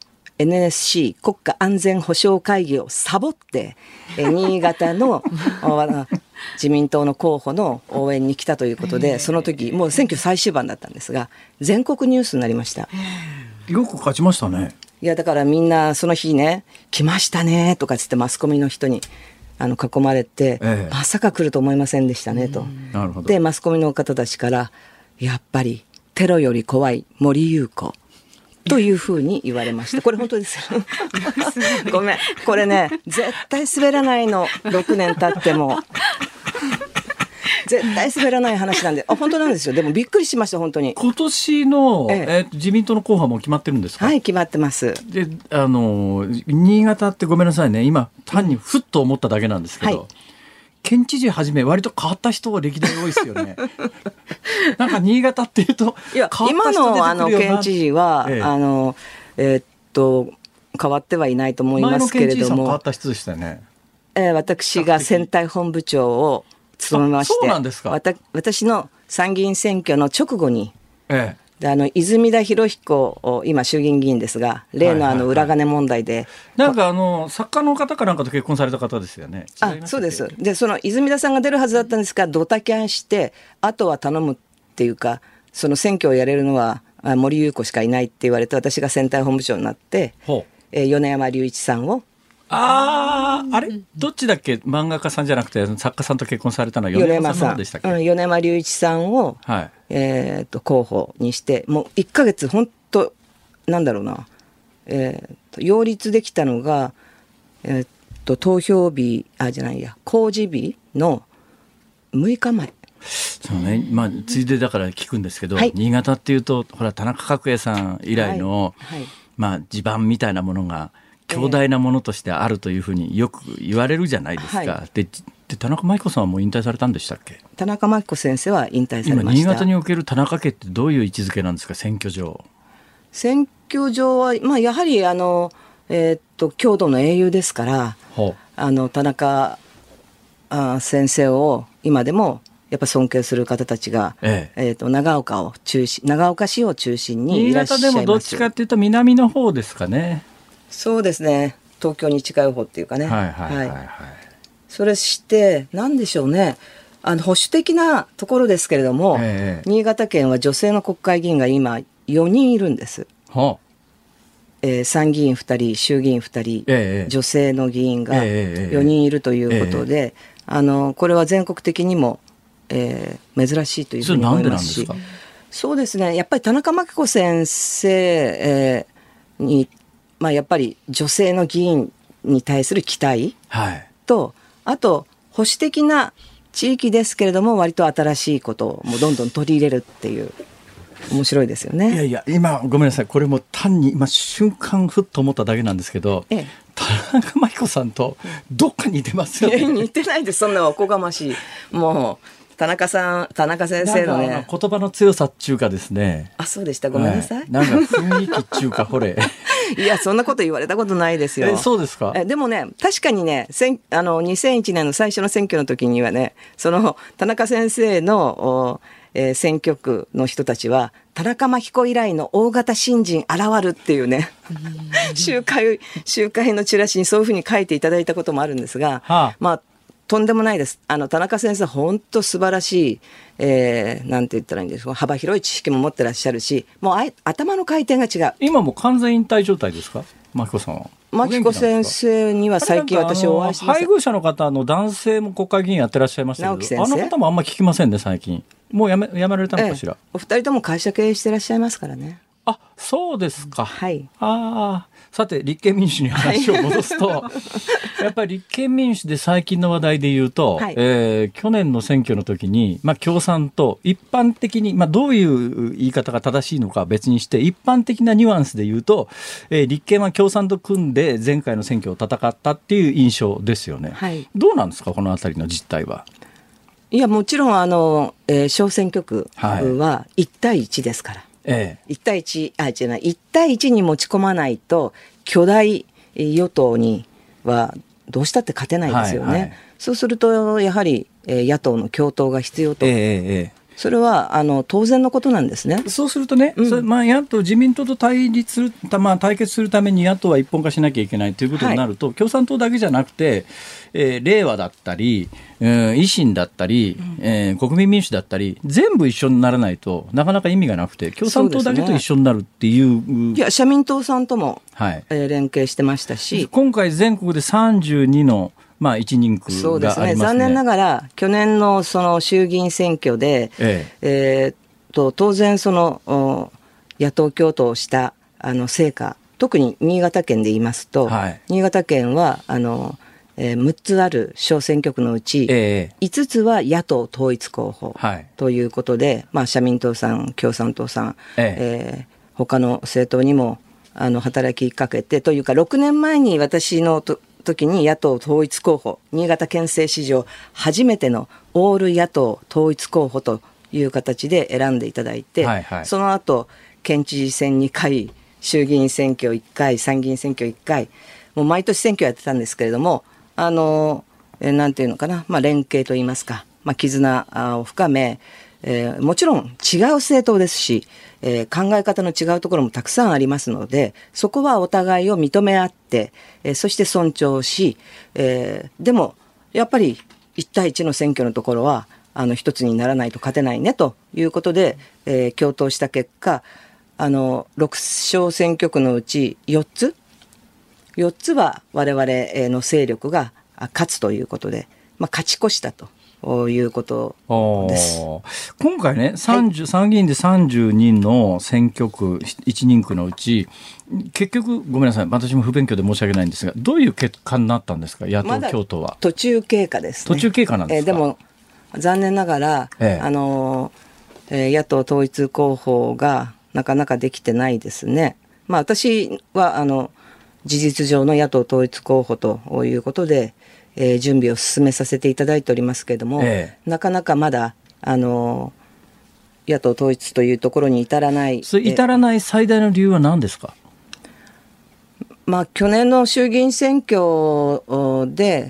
NSC 国家安全保障会議をサボって新潟の自民党の候補の応援に来たということで、その時もう選挙最終盤だったんですが、全国ニュースになりました。 よく勝ちましたね。 いやだからみんなその日ね、来ましたねとかつってマスコミの人に囲まれて、まさか来ると思いませんでしたねと。 なるほど。 でマスコミの方たちからやっぱりテロより怖い森裕子というふうに言われました。これ本当ですよ。ごめん、これね絶対滑らないの。6年経っても絶対滑らない話なんで、本当なんですよ。でもびっくりしました、本当に。 今年の、自民党の候補も決まってるんですか？ はい、決まってます。 で新潟ってごめんなさいね、今単にふっと思っただけなんですけど、県知事はじめ割と変わった人が歴代多いですよね。なんか新潟っていうといや今の県知事は、変わってはいないと思いますけれども、前の県知事さん変わった人でしたよね。 私が選対本部長を務めまして、 そうなんですか。 私の参議院選挙の直後に、泉田裕彦今衆議院議員ですが、例の裏金問題で、 なんか作家の方かなんかと結婚された方ですよね。 そうです。でその泉田さんが出るはずだったんですが、ドタキャンしてあとは頼むっていうか、その選挙をやれるのは森裕子しかいないって言われて、私が選対本部長になって、米山隆一さんを、 あれどっちだっけ、漫画家さんじゃなくて作家さんと結婚されたのは米山さんでしたっけ？ 米山隆一さんを、候補にして、もう1ヶ月本当なんだろうな、擁立できたのが、投票日じゃないや公示日の6日前。 そうね、ついでだから聞くんですけど、 はい、 新潟っていうとほら田中角栄さん以来の、地盤みたいなものが強大なものとしてあるというふうによく言われるじゃないですか。で田中真紀子さんはもう引退されたんでしたっけ？ 田中真紀子先生は引退されました。 今新潟における田中家ってどういう位置づけなんですか？選挙上は、やはり郷土の英雄ですから、田中先生を今でもやっぱ尊敬する方たちが、長岡市を中心にいらっしゃいます。 新潟でもどっちかっていうと南の方ですかね。 そうですね、東京に近い方っていうかね。それして何でしょうね、保守的なところですけれども、新潟県は女性の国会議員が今4人いるんです。参議院2人衆議院2人、女性の議員が4人いるということで、これは全国的にも、珍しいというふうに思いますし、そうですね、やっぱり田中真紀子先生、に、やっぱり女性の議員に対する期待と、あと保守的な地域ですけれども割と新しいことをもうどんどん取り入れるっていう、面白いですよね。 いや今ごめんなさい、これも単に今瞬間ふっと思っただけなんですけど、田中真紀子さんとどっか似てますよね。 似てないです、そんなおこがましい。もう田中先生のね、 言葉の強さっていうかですね。 そうでした、ごめんなさい。 なんか雰囲気っていうかほれいやそんなこと言われたことないですよ。 そうですか。 でもね、確かにね、2001年の最初の選挙の時にはね、その田中先生の選挙区の人たちは田中真紀子以来の大型新人現るっていうね集会のチラシにそういうふうに書いていただいたこともあるんですが、とんでもないです。田中先生本当素晴らしい、なんて言ったらいいんですか、幅広い知識も持ってらっしゃるし、もう頭の回転が違う。 今も完全引退状態ですか、真紀子さんは？ 真紀子先生には最近私お会いしました。 配偶者の方の男性も国会議員やってらっしゃいましたけど、あの方もあんまり聞きませんね最近。もうやめられたのかしら。 お二人とも会社経営してらっしゃいますからね。 そうですか。さて立憲民主に話を戻すと、やっぱり立憲民主で最近の話題で言うと、去年の選挙の時に、共産党一般的に、どういう言い方が正しいのかは別にして、一般的なニュアンスで言うと、立憲は共産と組んで前回の選挙を戦ったっていう印象ですよね。どうなんですか、このあたりの実態は。 いやもちろん小選挙区は1対1ですから、1対1に持ち込まないと巨大与党にはどうしたって勝てないですよね。そうするとやはり野党の共闘が必要と、それは当然のことなんですね。 そうするとね、野党自民党と対決するために野党は一本化しなきゃいけないということになると、共産党だけじゃなくて、令和だったり、維新だったり、国民民主だったり全部一緒にならないとなかなか意味がなくて、共産党だけと一緒になるっていう。 いや社民党さんとも、連携してましたし、 今回全国で32の一人区がありますね。 そうですね、残念ながら去年のその衆議院選挙で、当然その野党共闘をした成果、特に新潟県で言いますと、新潟県は6つある小選挙区のうち、5つは野党統一候補ということで、社民党さん共産党さん、他の政党にも働きかけてというか、6年前に私の時に野党統一候補、新潟県政史上初めてのオール野党統一候補という形で選んでいただいて、その後県知事選2回、衆議院選挙1回、参議院選挙1回、もう毎年選挙やってたんですけれども、なんていうのかな、連携といいますか、絆を深め、もちろん違う政党ですし、考え方の違うところもたくさんありますので、そこはお互いを認め合って、そして尊重し、でもやっぱり1対1の選挙のところは一つにならないと勝てないねということで、共闘した結果、6小選挙区のうち4つは我々の勢力が勝つということで、勝ち越したということです。 今回ね、参議院で32の選挙区1人区のうち、結局ごめんなさい、私も不勉強で申し訳ないんですが、どういう結果になったんですか、野党共闘は。 途中経過ですね。 途中経過なんですか。 でも残念ながら、野党統一候補がなかなかできてないですね。私は事実上の野党統一候補ということで、準備を進めさせていただいておりますけれども、なかなかまだ野党統一というところに至らない。 それ至らない最大の理由は何ですか？ 去年の衆議院選挙で、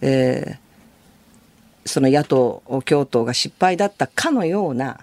その野党共闘が失敗だったかのような、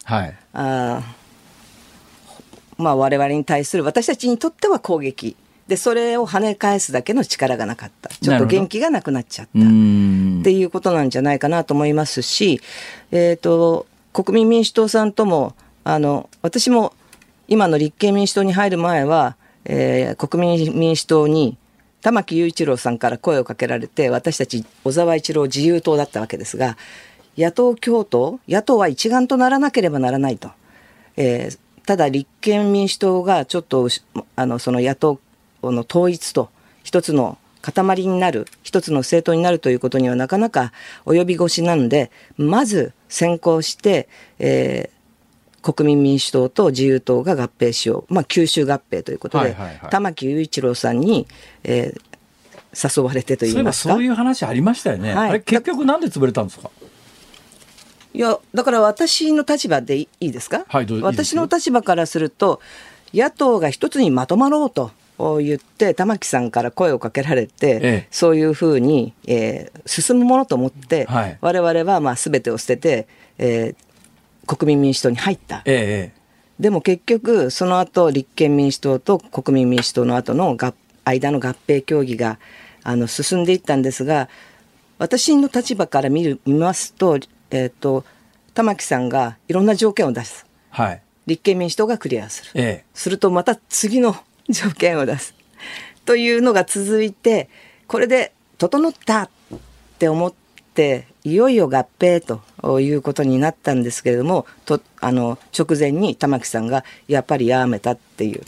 我々に対する、私たちにとっては攻撃で、それを跳ね返すだけの力がなかった、ちょっと元気がなくなっちゃったっていうことなんじゃないかなと思いますし、国民民主党さんとも私も今の立憲民主党に入る前は、国民民主党に玉木雄一郎さんから声をかけられて、私たち小沢一郎自由党だったわけですが、野党共闘、野党は一丸とならなければならないと、ただ立憲民主党がちょっとその野党の統一と一つの塊になる、一つの政党になるということにはなかなか及び腰なので、まず先行して、国民民主党と自由党が合併しよう、九州合併ということで、玉木雄一郎さんに、誘われてといいますか、 そういう話ありましたよね。あれ結局なんで潰れたんですか？ いや、だから私の立場でいいですか？私の立場からすると、野党が一つにまとまろうと言って玉木さんから声をかけられて、そういうふうに、進むものと思って、我々は全てを捨てて、国民民主党に入った、でも結局その後立憲民主党と国民民主党の後の間の合併協議が進んでいったんですが、私の立場から見ますと、玉木さんがいろんな条件を出す、立憲民主党がクリアする、するとまた次の条件を出すというのが続いて、これで整ったって思っていよいよ合併ということになったんですけれども、直前に玉木さんがやっぱりやめたっていう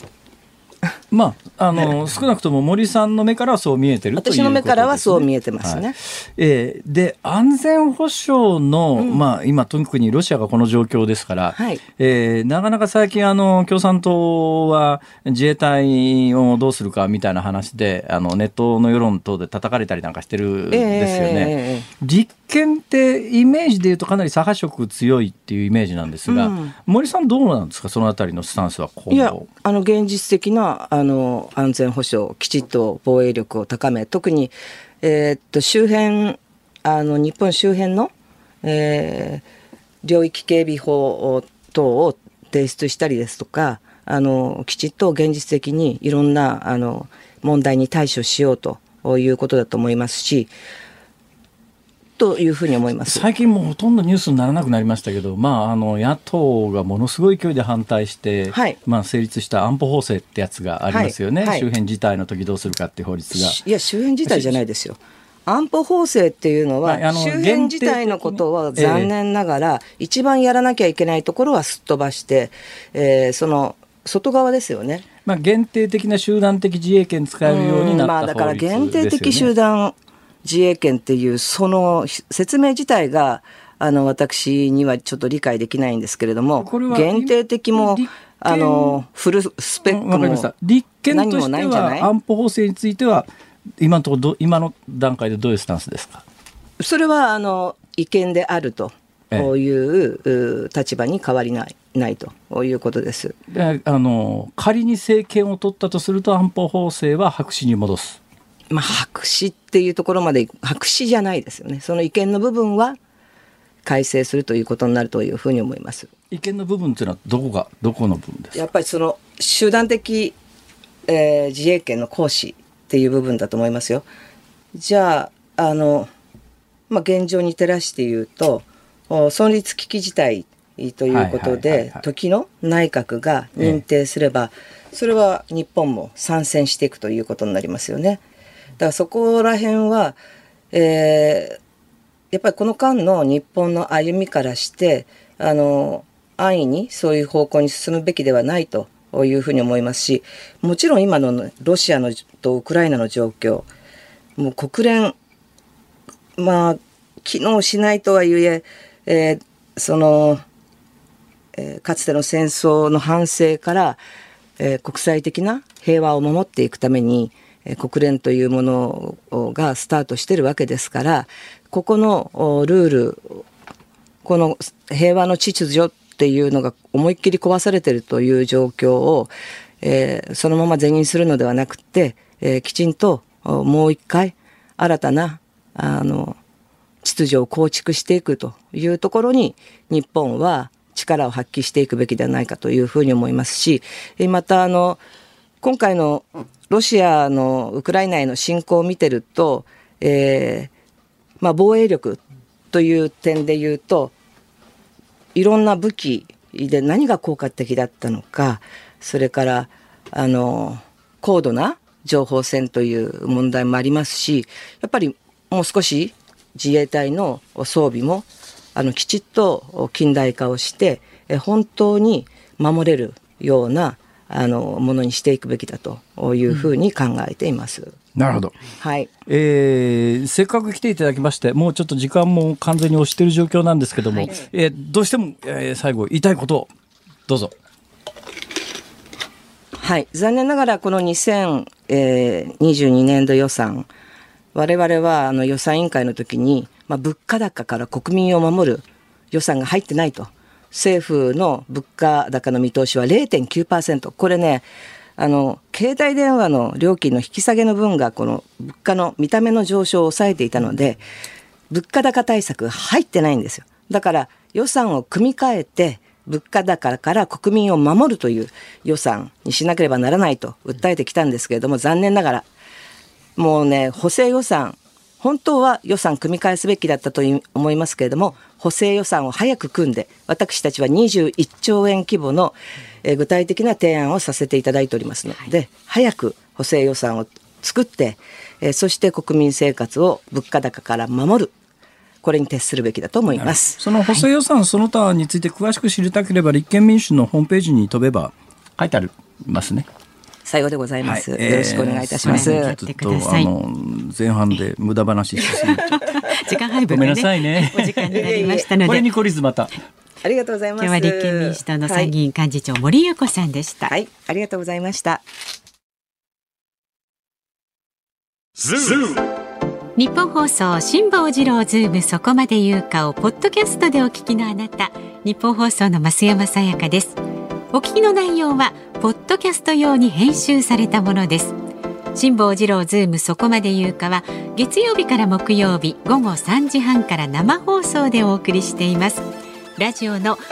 少なくとも森さんの目からはそう見えてるということですね。 私の目からはそう見えてますね。 で安全保障の、今特にロシアがこの状況ですから、なかなか最近共産党は自衛隊をどうするかみたいな話でネットの世論等で叩かれたりなんかしてるんですよね。立憲ってイメージでいうとかなり左派色強いっていうイメージなんですが、森さんどうなんですか、そのあたりのスタンスは今後。 いや、現実的な安全保障、きちっと防衛力を高め、特に、周辺日本周辺の、領域警備法等を提出したりですとか、きちっと現実的にいろんな問題に対処しようということだと思いますし、というふうに思います。 最近もほとんどニュースにならなくなりましたけど、野党がものすごい勢いで反対して、成立した安保法制ってやつがありますよね、周辺事態の時どうするかっていう法律が。 いや、周辺事態じゃないですよ。安保法制っていうのは、周辺事態のことは残念ながら、一番やらなきゃいけないところはすっ飛ばして、その外側ですよね。 限定的な集団的自衛権使えるようになった法律ですよね。 だから限定的集団自衛権っていうその説明自体が私にはちょっと理解できないんですけれども、限定的もフルスペックも立憲としては安保法制については今の段階でどういうスタンスですか？ それは違憲であるという立場に変わりないということです。 で仮に政権を取ったとすると安保法制は白紙に戻す。 白紙っていうところまで白紙じゃないですよね。その違憲の部分は改正するということになるというふうに思います。 違憲の部分というのはどこの部分ですか？ やっぱりその集団的、自衛権の行使っていう部分だと思いますよ。じゃあ現状に照らして言うと、存立危機事態ということで時の内閣が認定すれば、それは日本も参戦していくということになりますよね。だからそこら辺は、やっぱりこの間の日本の歩みからして安易にそういう方向に進むべきではないというふうに思いますし、もちろん今のロシアのとウクライナの状況、もう国連機能しないとはいえかつての戦争の反省から、国際的な平和を守っていくために、国連というものがスタートしているわけですから、ここのルール、この平和の秩序っていうのが思いっきり壊されているという状況を、そのまま是認するのではなくて、きちんともう一回新たな秩序を構築していくというところに日本は力を発揮していくべきではないかというふうに思いますし、また今回のロシアのウクライナへの侵攻を見てると、防衛力という点で言うと、いろんな武器で何が効果的だったのか、それから高度な情報戦という問題もありますし、やっぱりもう少し自衛隊の装備もきちっと近代化をして本当に守れるようなものにしていくべきだというふうに考えています。 なるほど、 はい。 せっかく来ていただきまして、もうちょっと時間も完全に押している状況なんですけども、はい、どうしても、最後言いたいことをどうぞ。 はい、残念ながらこの2022年度予算、我々は予算委員会の時に、物価高から国民を守る予算が入ってないと。政府の物価高の見通しは 0.9%。これね、携帯電話の料金の引き下げの分がこの物価の見た目の上昇を抑えていたので、物価高対策入ってないんですよ。だから予算を組み替えて物価高から国民を守るという予算にしなければならないと訴えてきたんですけれども、残念ながらもうね、補正予算、本当は予算組み替えすべきだったと思いますけれども、補正予算を早く組んで、私たちは21兆円規模の具体的な提案をさせていただいておりますので、早く補正予算を作って、そして国民生活を物価高から守る、これに徹するべきだと思います。 その補正予算その他について詳しく知りたければ、立憲民主のホームページに飛べば書いてありますね。 さようでございます、はい。よろしくお願いいたします。 前半で無駄話しすぎて時間配分がね、 ごめんなさいね。 お時間になりましたので、 これに懲りずまたありがとうございます。 今日は立憲民主党の参議院幹事長、森裕子さんでした。 はい、ありがとうございました。 日本放送辛坊治郎ズームそこまで言うかをポッドキャストでお聞きのあなた、日本放送の増山さやかです。お聞きの内容はポッドキャスト用に編集されたものです。辛坊治郎ズームそこまで言うかは月曜日から木曜日午後3時半から生放送でお送りしています。ラジオの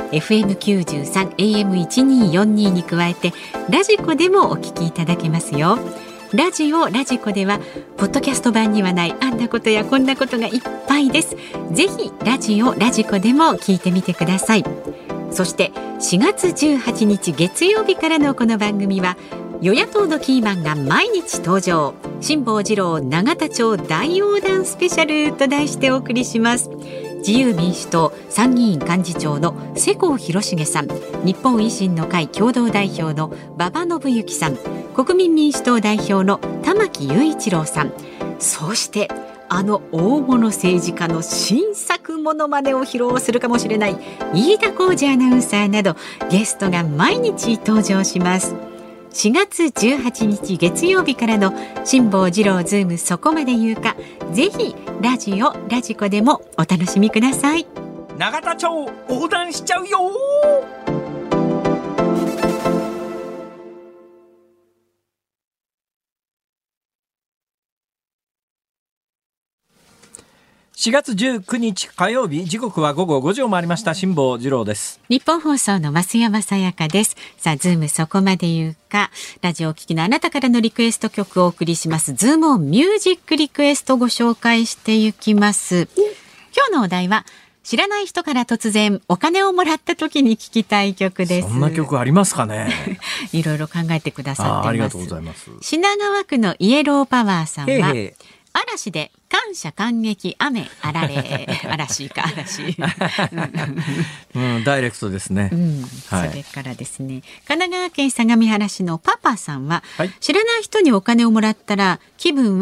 FM93 AM1242 に加えてラジコでもお聞きいただけますよ。ラジコではポッドキャスト版にはないあんなことやこんなことがいっぱいです。ぜひラジコでも聞いてみてください。そして4月18日月曜日からのこの番組は与野党のキーマンが毎日登場、辛坊治郎永田町大横断スペシャルと題してお送りします。自由民主党参議院幹事長の世耕弘成さん、日本維新の会共同代表の馬場伸幸さん、国民民主党代表の玉木雄一郎さん、そして大物政治家の新作モノマネを披露するかもしれない飯田浩司アナウンサーなどゲストが毎日登場します。4月18日月曜日からの辛坊治郎ズームそこまで言うか、ぜひラジコでもお楽しみください。 永田町横断しちゃうよ。4月19日火曜日、時刻は午後5時を回りました。辛坊治郎です。 日本放送の増山さやかです。さあ、ズームそこまで言うか、ラジオを聞きのあなたからのリクエスト曲をお送りします。ズームオンミュージックリクエストご紹介していきます。今日のお題は、知らない人から突然お金をもらった時に聴きたい曲です。 そんな曲ありますかね。 いろいろ考えてくださってます。 ありがとうございます。 品川区のイエローパワーさんは、嵐で感謝感激雨あられ嵐か嵐、 ダイレクトですね、 はい、それからですね、神奈川県相模原市のパパさんは、知らない人にお金をもらったら気分は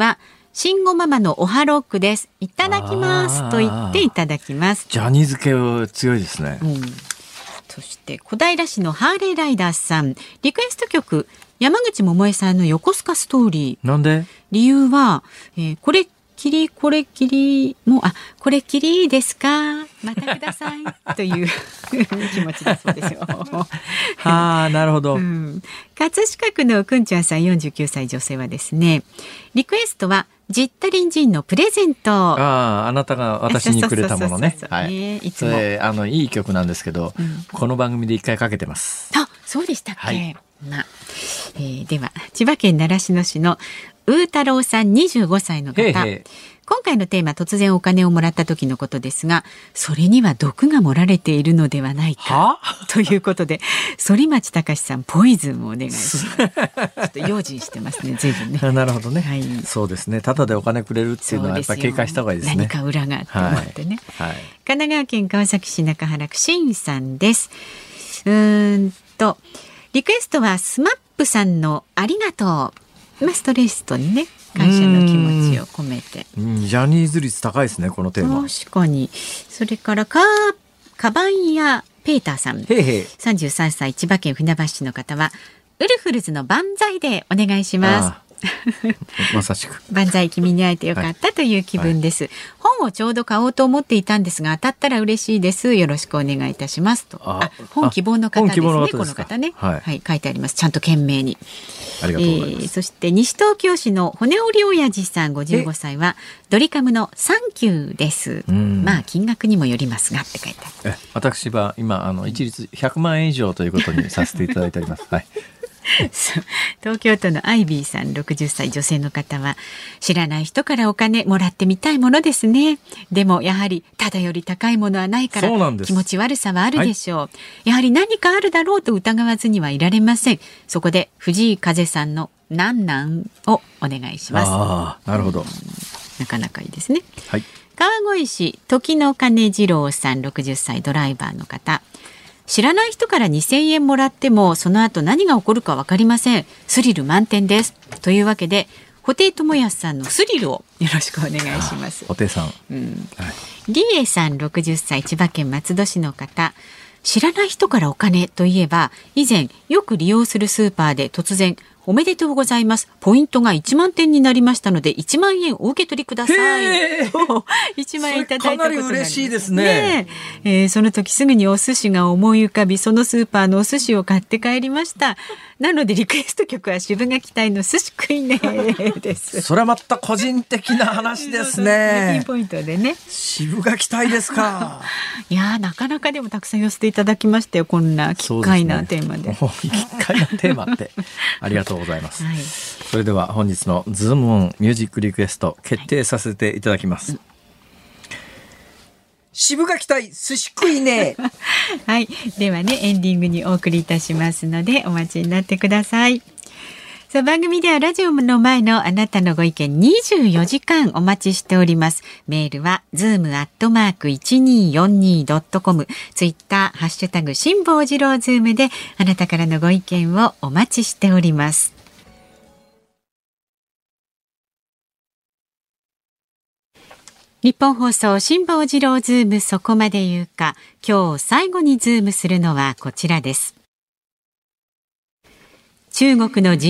慎吾ママのおはロックです。いただきますと言っていただきます。 ジャニーズ系は強いですね。 そして小平市のハーレーライダーさん、リクエスト曲山口百恵さんの横須賀ストーリー。 なんで？ 理由は、これきりもこれきりですか、またくださいという気持ちだそうですよ。 はあ、なるほど。 葛飾区のくんちゃんさん49歳女性はですね、リクエストはジッタリンジンのプレゼント。 あなたが私にくれたものね。 いつもいい曲なんですけど、この番組で一回かけてます。 あ、そうでしたっけ。では千葉県習志野市のうー太郎さん25歳の方。今回のテーマ、突然お金をもらった時のことですが、それには毒が盛られているのではないかということで、反町隆史さんポイズンをお願いします。ちょっと用心してますね、随分ね。 なるほどね、そうですね。ただでお金くれるっていうのはやっぱ警戒した方がいいですね。 何か裏があって思ってね。神奈川県川崎市中原区しんさんです。リクエストはスマップさんのありがとう。ストレストにね、感謝の気持ちを込めて。 ジャニーズ率高いですね、このテーマ。 確かに。それからカバンやペーターさん、33歳千葉県船橋市の方はウルフルズの万歳でお願いします。 まさしく万歳、君に会えてよかったという気分です。本をちょうど買おうと思っていたんですが、当たったら嬉しいです。よろしくお願いいたしますと。本希望の方ですね。この方ね、書いてあります。ちゃんと懸命に。 ありがとうございます。 そして西東京市の骨折り親父さん55歳はドリカムのサンキューです。金額にもよりますがって書いてある。 私は今一律100万円以上ということにさせていただいております。 東京都のアイビーさん60歳女性の方は、知らない人からお金もらってみたいものですね。でもやはりただより高いものはないから気持ち悪さはあるでしょう。やはり何かあるだろうと疑わずにはいられません。そこで藤井風さんのなんなんをお願いします。なるほど。 なかなかいいですね。川越市時の金次郎さん60歳ドライバーの方、知らない人から2000円もらってもその後何が起こるか分かりません。スリル満点です。というわけで布袋寅泰さんのスリルをよろしくお願いします。 布袋さん、 リエさん60歳千葉県松戸市の方、知らない人からお金といえば、以前よく利用するスーパーで突然おめでとうございます、ポイントが1万点になりましたので1万円お受け取りくださいと1万円いただいたことがあります。 かなり嬉しいですね。 その時すぐにお寿司が思い浮かび、そのスーパーのお寿司を買って帰りました。なのでリクエスト曲は渋垣隊の寿司食いねです。 それはまた個人的な話ですね。 ピンポイントでね。 渋垣隊ですか。 いやなかなかでもたくさん寄せていただきましたよ、こんな奇怪なテーマで。 奇怪なテーマってありがとうございます。それでは本日のズームオンミュージックリクエスト決定させていただきます。渋垣隊寿司食いね。 ではね、エンディングにお送りいたしますのでお待ちになってください。さあ、番組ではラジオの前のあなたのご意見24時間お待ちしております。メールは zoom@1242.com、ツイッターハッシュタグ辛坊治郎ズームであなたからのご意見をお待ちしております。日本放送辛坊治郎ズームそこまで言うか、今日最後にズームするのはこちらです。中国の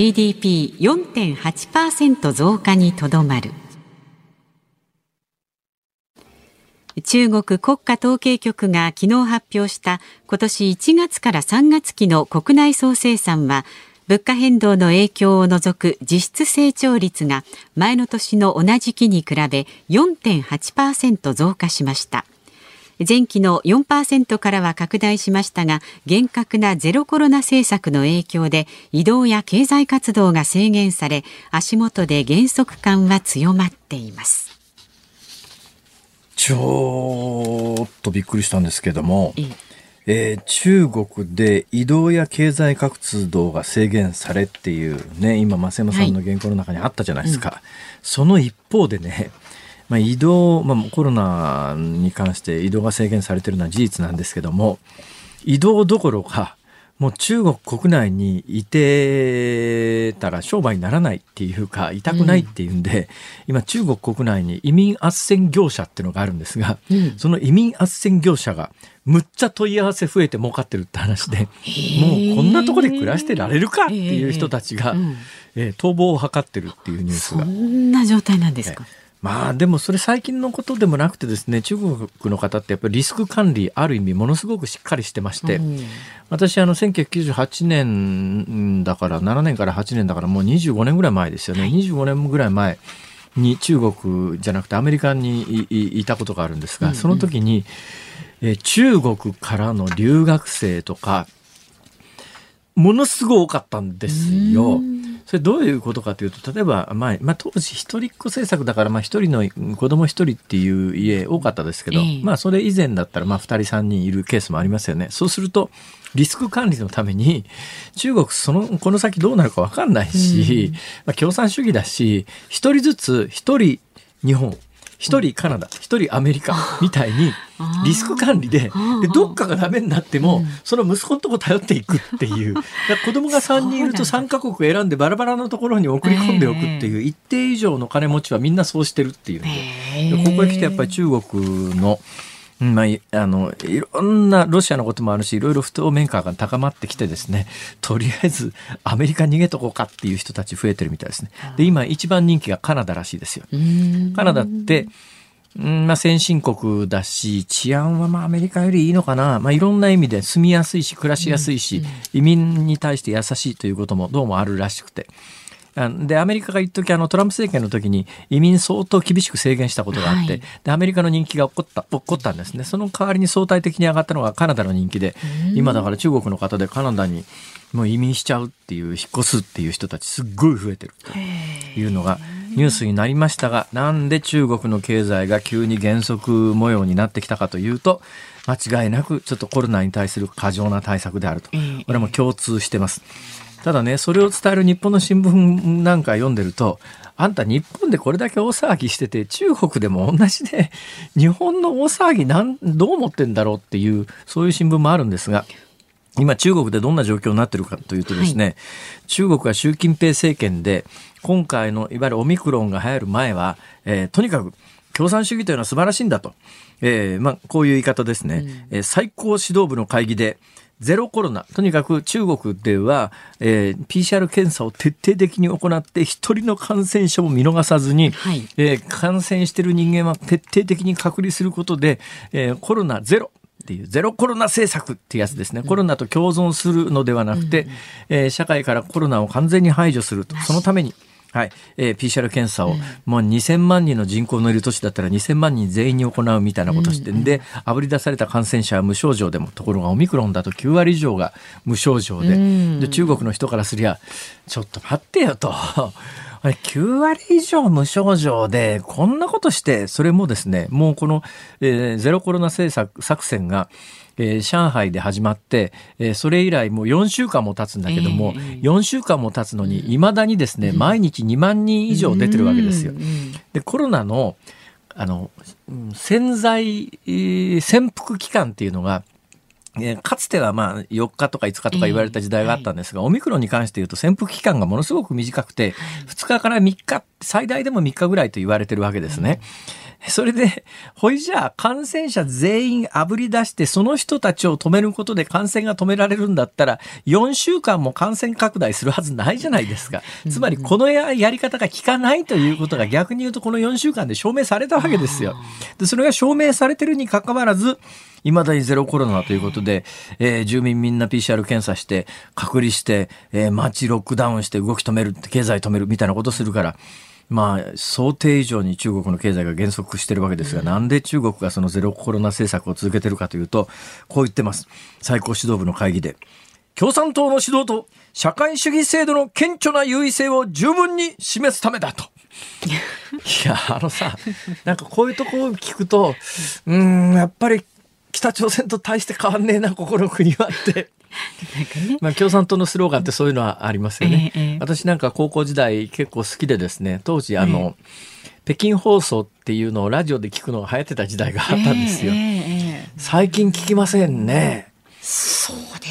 GDP4.8% 増加にとどまる。中国国家統計局が昨日発表した今年1月から3月期の国内総生産は、物価変動の影響を除く実質成長率が前の年の同じ期に比べ 4.8% 増加しました。前期の 4% からは拡大しましたが、厳格なゼロコロナ政策の影響で移動や経済活動が制限され、足元で減速感は強まっています。 ちょっとびっくりしたんですけども、中国で移動や経済活動が制限されっていうね、今増山さんの原稿の中にあったじゃないですか。その一方でね、移動、コロナに関して移動が制限されているのは事実なんですけども、移動どころかもう中国国内にいてたら商売にならないっていうか、いたくないっていうんで、今中国国内に移民斡旋業者っていうのがあるんですが、その移民斡旋業者がむっちゃ問い合わせ増えて儲かってるって話で、もうこんなとこで暮らしてられるかっていう人たちが、逃亡を図ってるっていうニュースが。 そんな状態なんですか。 まあでもそれ最近のことでもなくてですね、中国の方ってやっぱりリスク管理ある意味ものすごくしっかりしてまして、私1998年だから7年から8年だからもう25年ぐらい前ですよね。25年ぐらい前に中国じゃなくてアメリカに いたことがあるんですが、その時に、中国からの留学生とかものすごい多かったんですよ。それどういうことかというと、例えば、当時一人っ子政策だから、一人の子供一人っていう家多かったですけど、それ以前だったら2人3人いるケースもありますよね。そうするとリスク管理のために中国この先どうなるか分かんないし、共産主義だし、一人ずつ一人日本一人カナダ一人アメリカみたいにリスク管理でどっかがダメになってもその息子のとこ頼っていくっていう、子供が3人いると3カ国選んでバラバラのところに送り込んでおくっていう、一定以上の金持ちはみんなそうしてるっていうので、ここへ来てやっぱり中国のいろんなロシアのこともあるし、いろいろ不透明感が高まってきてですね、とりあえずアメリカ逃げとこうかっていう人たち増えてるみたいですね。で、今一番人気がカナダらしいですよ。カナダって先進国だし、治安はアメリカよりいいのかな。いろんな意味で住みやすいし暮らしやすいし、移民に対して優しいということもどうもあるらしくて。でアメリカが一時トランプ政権の時に移民相当厳しく制限したことがあって、でアメリカの人気が起こったんですね。その代わりに相対的に上がったのがカナダの人気で、今だから中国の方でカナダにもう移民しちゃうっていう、引っ越すっていう人たちすっごい増えてるというのがニュースになりましたが、なんで中国の経済が急に減速模様になってきたかというと、間違いなくちょっとコロナに対する過剰な対策であると、これはもう共通してます。ただね、それを伝える日本の新聞なんか読んでると、あんた日本でこれだけ大騒ぎしてて、中国でも同じで日本の大騒ぎどう思ってんだろうっていう、そういう新聞もあるんですが、今中国でどんな状況になっているかというとですね、中国は習近平政権で今回のいわゆるオミクロンが流行る前は、とにかく共産主義というのは素晴らしいんだと、こういう言い方ですね、最高指導部の会議でゼロコロナ、とにかく中国では、PCR 検査を徹底的に行って一人の感染者も見逃さずに、感染している人間は徹底的に隔離することで、コロナゼロっていうゼロコロナ政策っていうやつですね。コロナと共存するのではなくて、社会からコロナを完全に排除すると。そのためにPCR 検査をもう2000万人の人口のいる都市だったら2000万人全員に行うみたいなことをして、であぶり出された感染者は無症状でも、ところがオミクロンだと9割以上が無症状で、中国の人からすりゃちょっと待ってよと9割以上無症状でこんなことして、それもですね、もうこの、ゼロコロナ政策作戦が上海で始まって、それ以来もう4週間も経つんだけども、4週間も経つのに未だにですね、毎日2万人以上出てるわけですよ。でコロナの潜伏期間っていうのが、かつては4日とか5日とか言われた時代があったんですが、オミクロンに関して言うと潜伏期間がものすごく短くて、2日から3日、最大でも3日ぐらいと言われてるわけですね。それでじゃあ感染者全員あぶり出してその人たちを止めることで感染が止められるんだったら、4週間も感染拡大するはずないじゃないですか。つまりこのやり方が効かないということが、逆に言うとこの4週間で証明されたわけですよ。でそれが証明されてるにかかわらず、未だにゼロコロナということで、住民みんな PCR 検査して隔離して、街ロックダウンして動き止める、経済止めるみたいなことするから、想定以上に中国の経済が減速してるわけですが、なんで中国がそのゼロコロナ政策を続けてるかというと、こう言ってます。最高指導部の会議で、共産党の指導と社会主義制度の顕著な優位性を十分に示すためだと。いやなんかこういうところを聞くと、やっぱり北朝鮮と大して変わんねえな、ここの国はって共産党のスローガンってそういうのはありますよね。私なんか高校時代結構好きでですね、当時北京放送っていうのをラジオで聞くのが流行ってた時代があったんですよ。最近聞きませんね。 そうです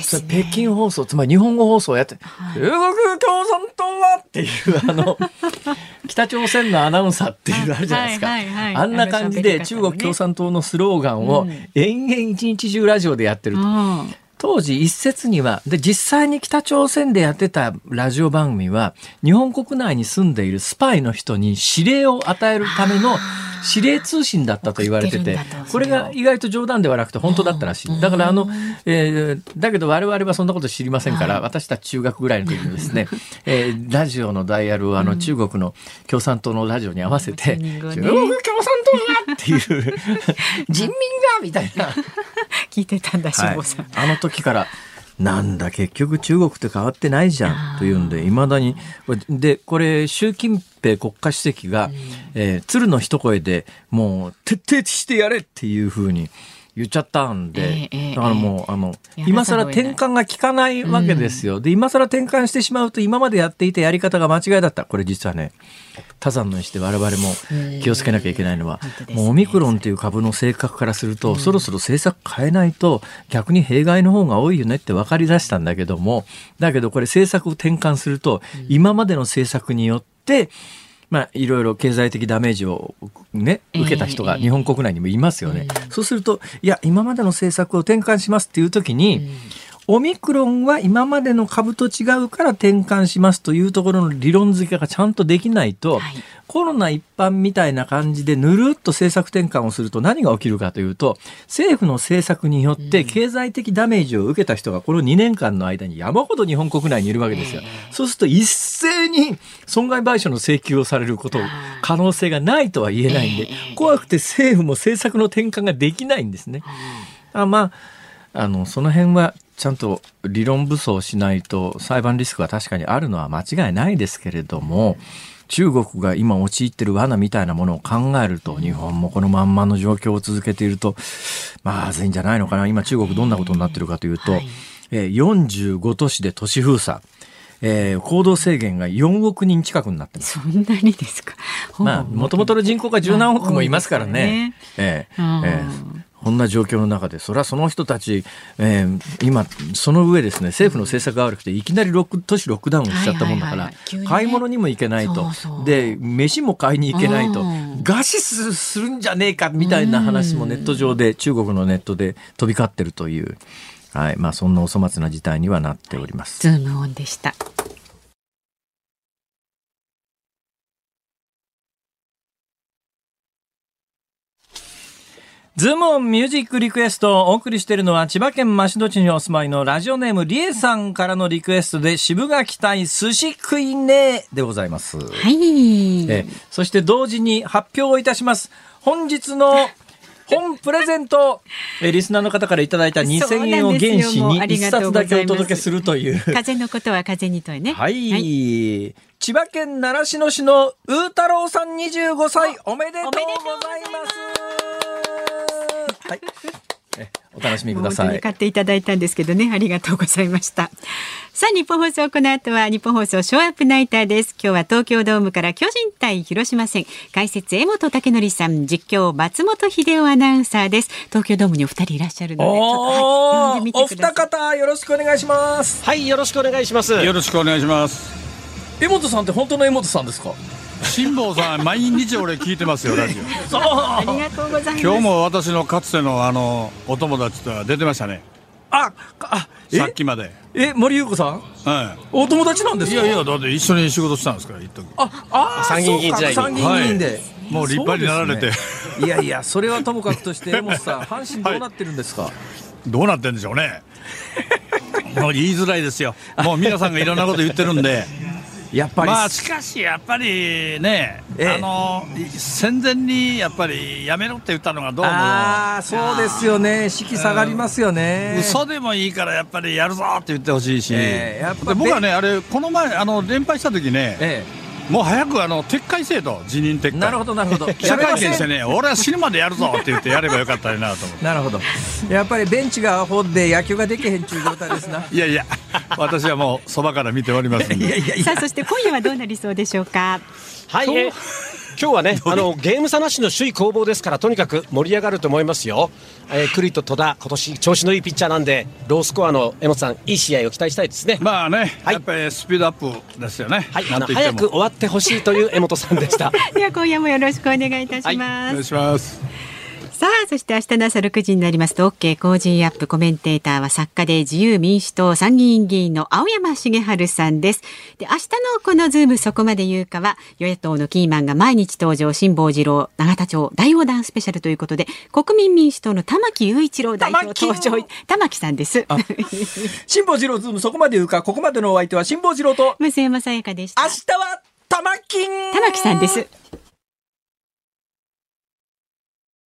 それ北京放送、つまり日本語放送をやって、中国共産党はっていう北朝鮮のアナウンサーっていうあるじゃないですか。あんな感じで中国共産党のスローガンを延々一日中ラジオでやってると。当時一説にはで実際に北朝鮮でやってたラジオ番組は日本国内に住んでいるスパイの人に指令を与えるための指令通信だったと言われてて、これが意外と冗談ではなくて本当だったらしい。だからだけど我々はそんなこと知りませんから、私たち中学ぐらいの時にですね、ラジオのダイヤルを中国の共産党のラジオに合わせて、中国共産党がっていう人民がみたいな聞いてたんだ、辛坊さん。 あの時からなんだ結局中国って変わってないじゃんというんで、いまだにでこれ習近平国家主席が、鶴の一声でもう徹底してやれっていうふうに言っちゃったんで、だからもう今更転換が効かないわけですよ。で今更転換してしまうと今までやっていたやり方が間違いだった。これ実はね他山の石で我々も気をつけなきゃいけないのは、もうオミクロンという株の性格からすると、そろそろ政策変えないと逆に弊害の方が多いよねって分かり出したんだけども、だけどこれ政策を転換すると、今までの政策によっていろいろ経済的ダメージをね受けた人が日本国内にもいますよね。そうするといや今までの政策を転換しますっていう時に、オミクロンは今までの株と違うから転換しますというところの理論付けがちゃんとできないと、コロナ一般みたいな感じでぬるっと政策転換をすると何が起きるかというと、政府の政策によって経済的ダメージを受けた人がこの2年間の間に山ほど日本国内にいるわけですよ。そうすると一斉に損害賠償の請求をされる可能性がないとは言えないんで、怖くて政府も政策の転換ができないんですね。その辺はちゃんと理論武装しないと裁判リスクが確かにあるのは間違いないですけれども、中国が今陥ってる罠みたいなものを考えると、日本もこのまんまの状況を続けているとまずいんじゃないのかな。今中国どんなことになってるかというと、45都市で都市封鎖、行動制限が4億人近くになってます。 そんなにですか。 もともとの人口が10何億もいますからね。こんな状況の中で、それはその人たち、今その上ですね、政府の政策が悪くていきなり都市ロックダウンしちゃったもんだから、買い物にも行けないと、で飯も買いに行けないと、餓死するんじゃねえかみたいな話もネット上で、中国のネットで飛び交ってるという、そんなお粗末な事態にはなっております。 ズームオンでした。 ズームオンミュージックリクエストをお送りしているのは、千葉県増戸地にお住まいのラジオネームリエさんからのリクエストで、渋垣隊寿司食いねでございます。そして同時に発表をいたします。本日の本プレゼント、リスナーの方からいただいた2000円を原資に1冊だけお届けするという。 風のことは風にとね。 千葉県習志野市のうー太郎さん25歳おめでとうございます。お楽しみください。 本当に買っていただいたんですけどね、ありがとうございました。さあ日本放送、この後は日本放送ショーアップナイターです。今日は東京ドームから巨人対広島戦、解説江本武則さん、実況松本秀夫アナウンサーです。東京ドームにお二人いらっしゃるので、 呼んでみてください。お二方よろしくお願いします。 はい、よろしくお願いします。 よろしくお願いします。 江本さんって本当の江本さんですか？ 辛坊さん、毎日俺聞いてますよ、ラジオ。 ありがとうございます。 今日も私のかつてのお友達と出てましたね。さっきまで。 森優子さん？お友達なんですか？ いやだって一緒に仕事したんですから、一時。 参議院議員時代に。 参議院議員で、 もう立派になられて。 いやそれはともかくとして、江本さん、阪神どうなってるんですか？ どうなってるんでしょうね。もう言いづらいですよ。もう皆さんがいろんなこと言ってるんで。 やっぱりしかしやっぱりね、戦前にやっぱりやめろって言ったのがどうも。 そうですよね、士気下がりますよね。 嘘でもいいからやっぱりやるぞって言ってほしいし、僕はね、この前連敗した時ね、もう早く撤回せえと、辞任撤回。 なるほど記者会見してね、俺は死ぬまでやるぞって言ってやればよかったなと思って。 なるほど。やっぱりベンチがアホで野球ができへんちゅう状態ですな。 いや私はもうそばから見ておりますんで。 さあそして今夜はどうなりそうでしょうか？ はい、 今日はねゲーム差なしの首位攻防ですから、とにかく盛り上がると思いますよ。栗と戸田、今年調子のいいピッチャーなんで、ロースコアの江本さん、いい試合を期待したいですね。 まあね、やっぱりスピードアップですよね。 はい、早く終わってほしいという江本さんでしたでは今夜もよろしくお願いいたします。 お願いします。 さあ、そして明日の朝6時になりますと OK コージーアップ、コメンテーターは作家で自由民主党参議院議員の青山茂春さんです。で、明日のこのズームそこまで言うかは、与野党のキーマンが毎日登場、辛坊治郎永田町大横断スペシャルということで、国民民主党の玉木雄一郎代表登場。玉木さんです。 辛坊治郎ズームそこまで言うか、ここまでのお相手は辛坊治郎と増山さやかでした。 明日は玉木さんです。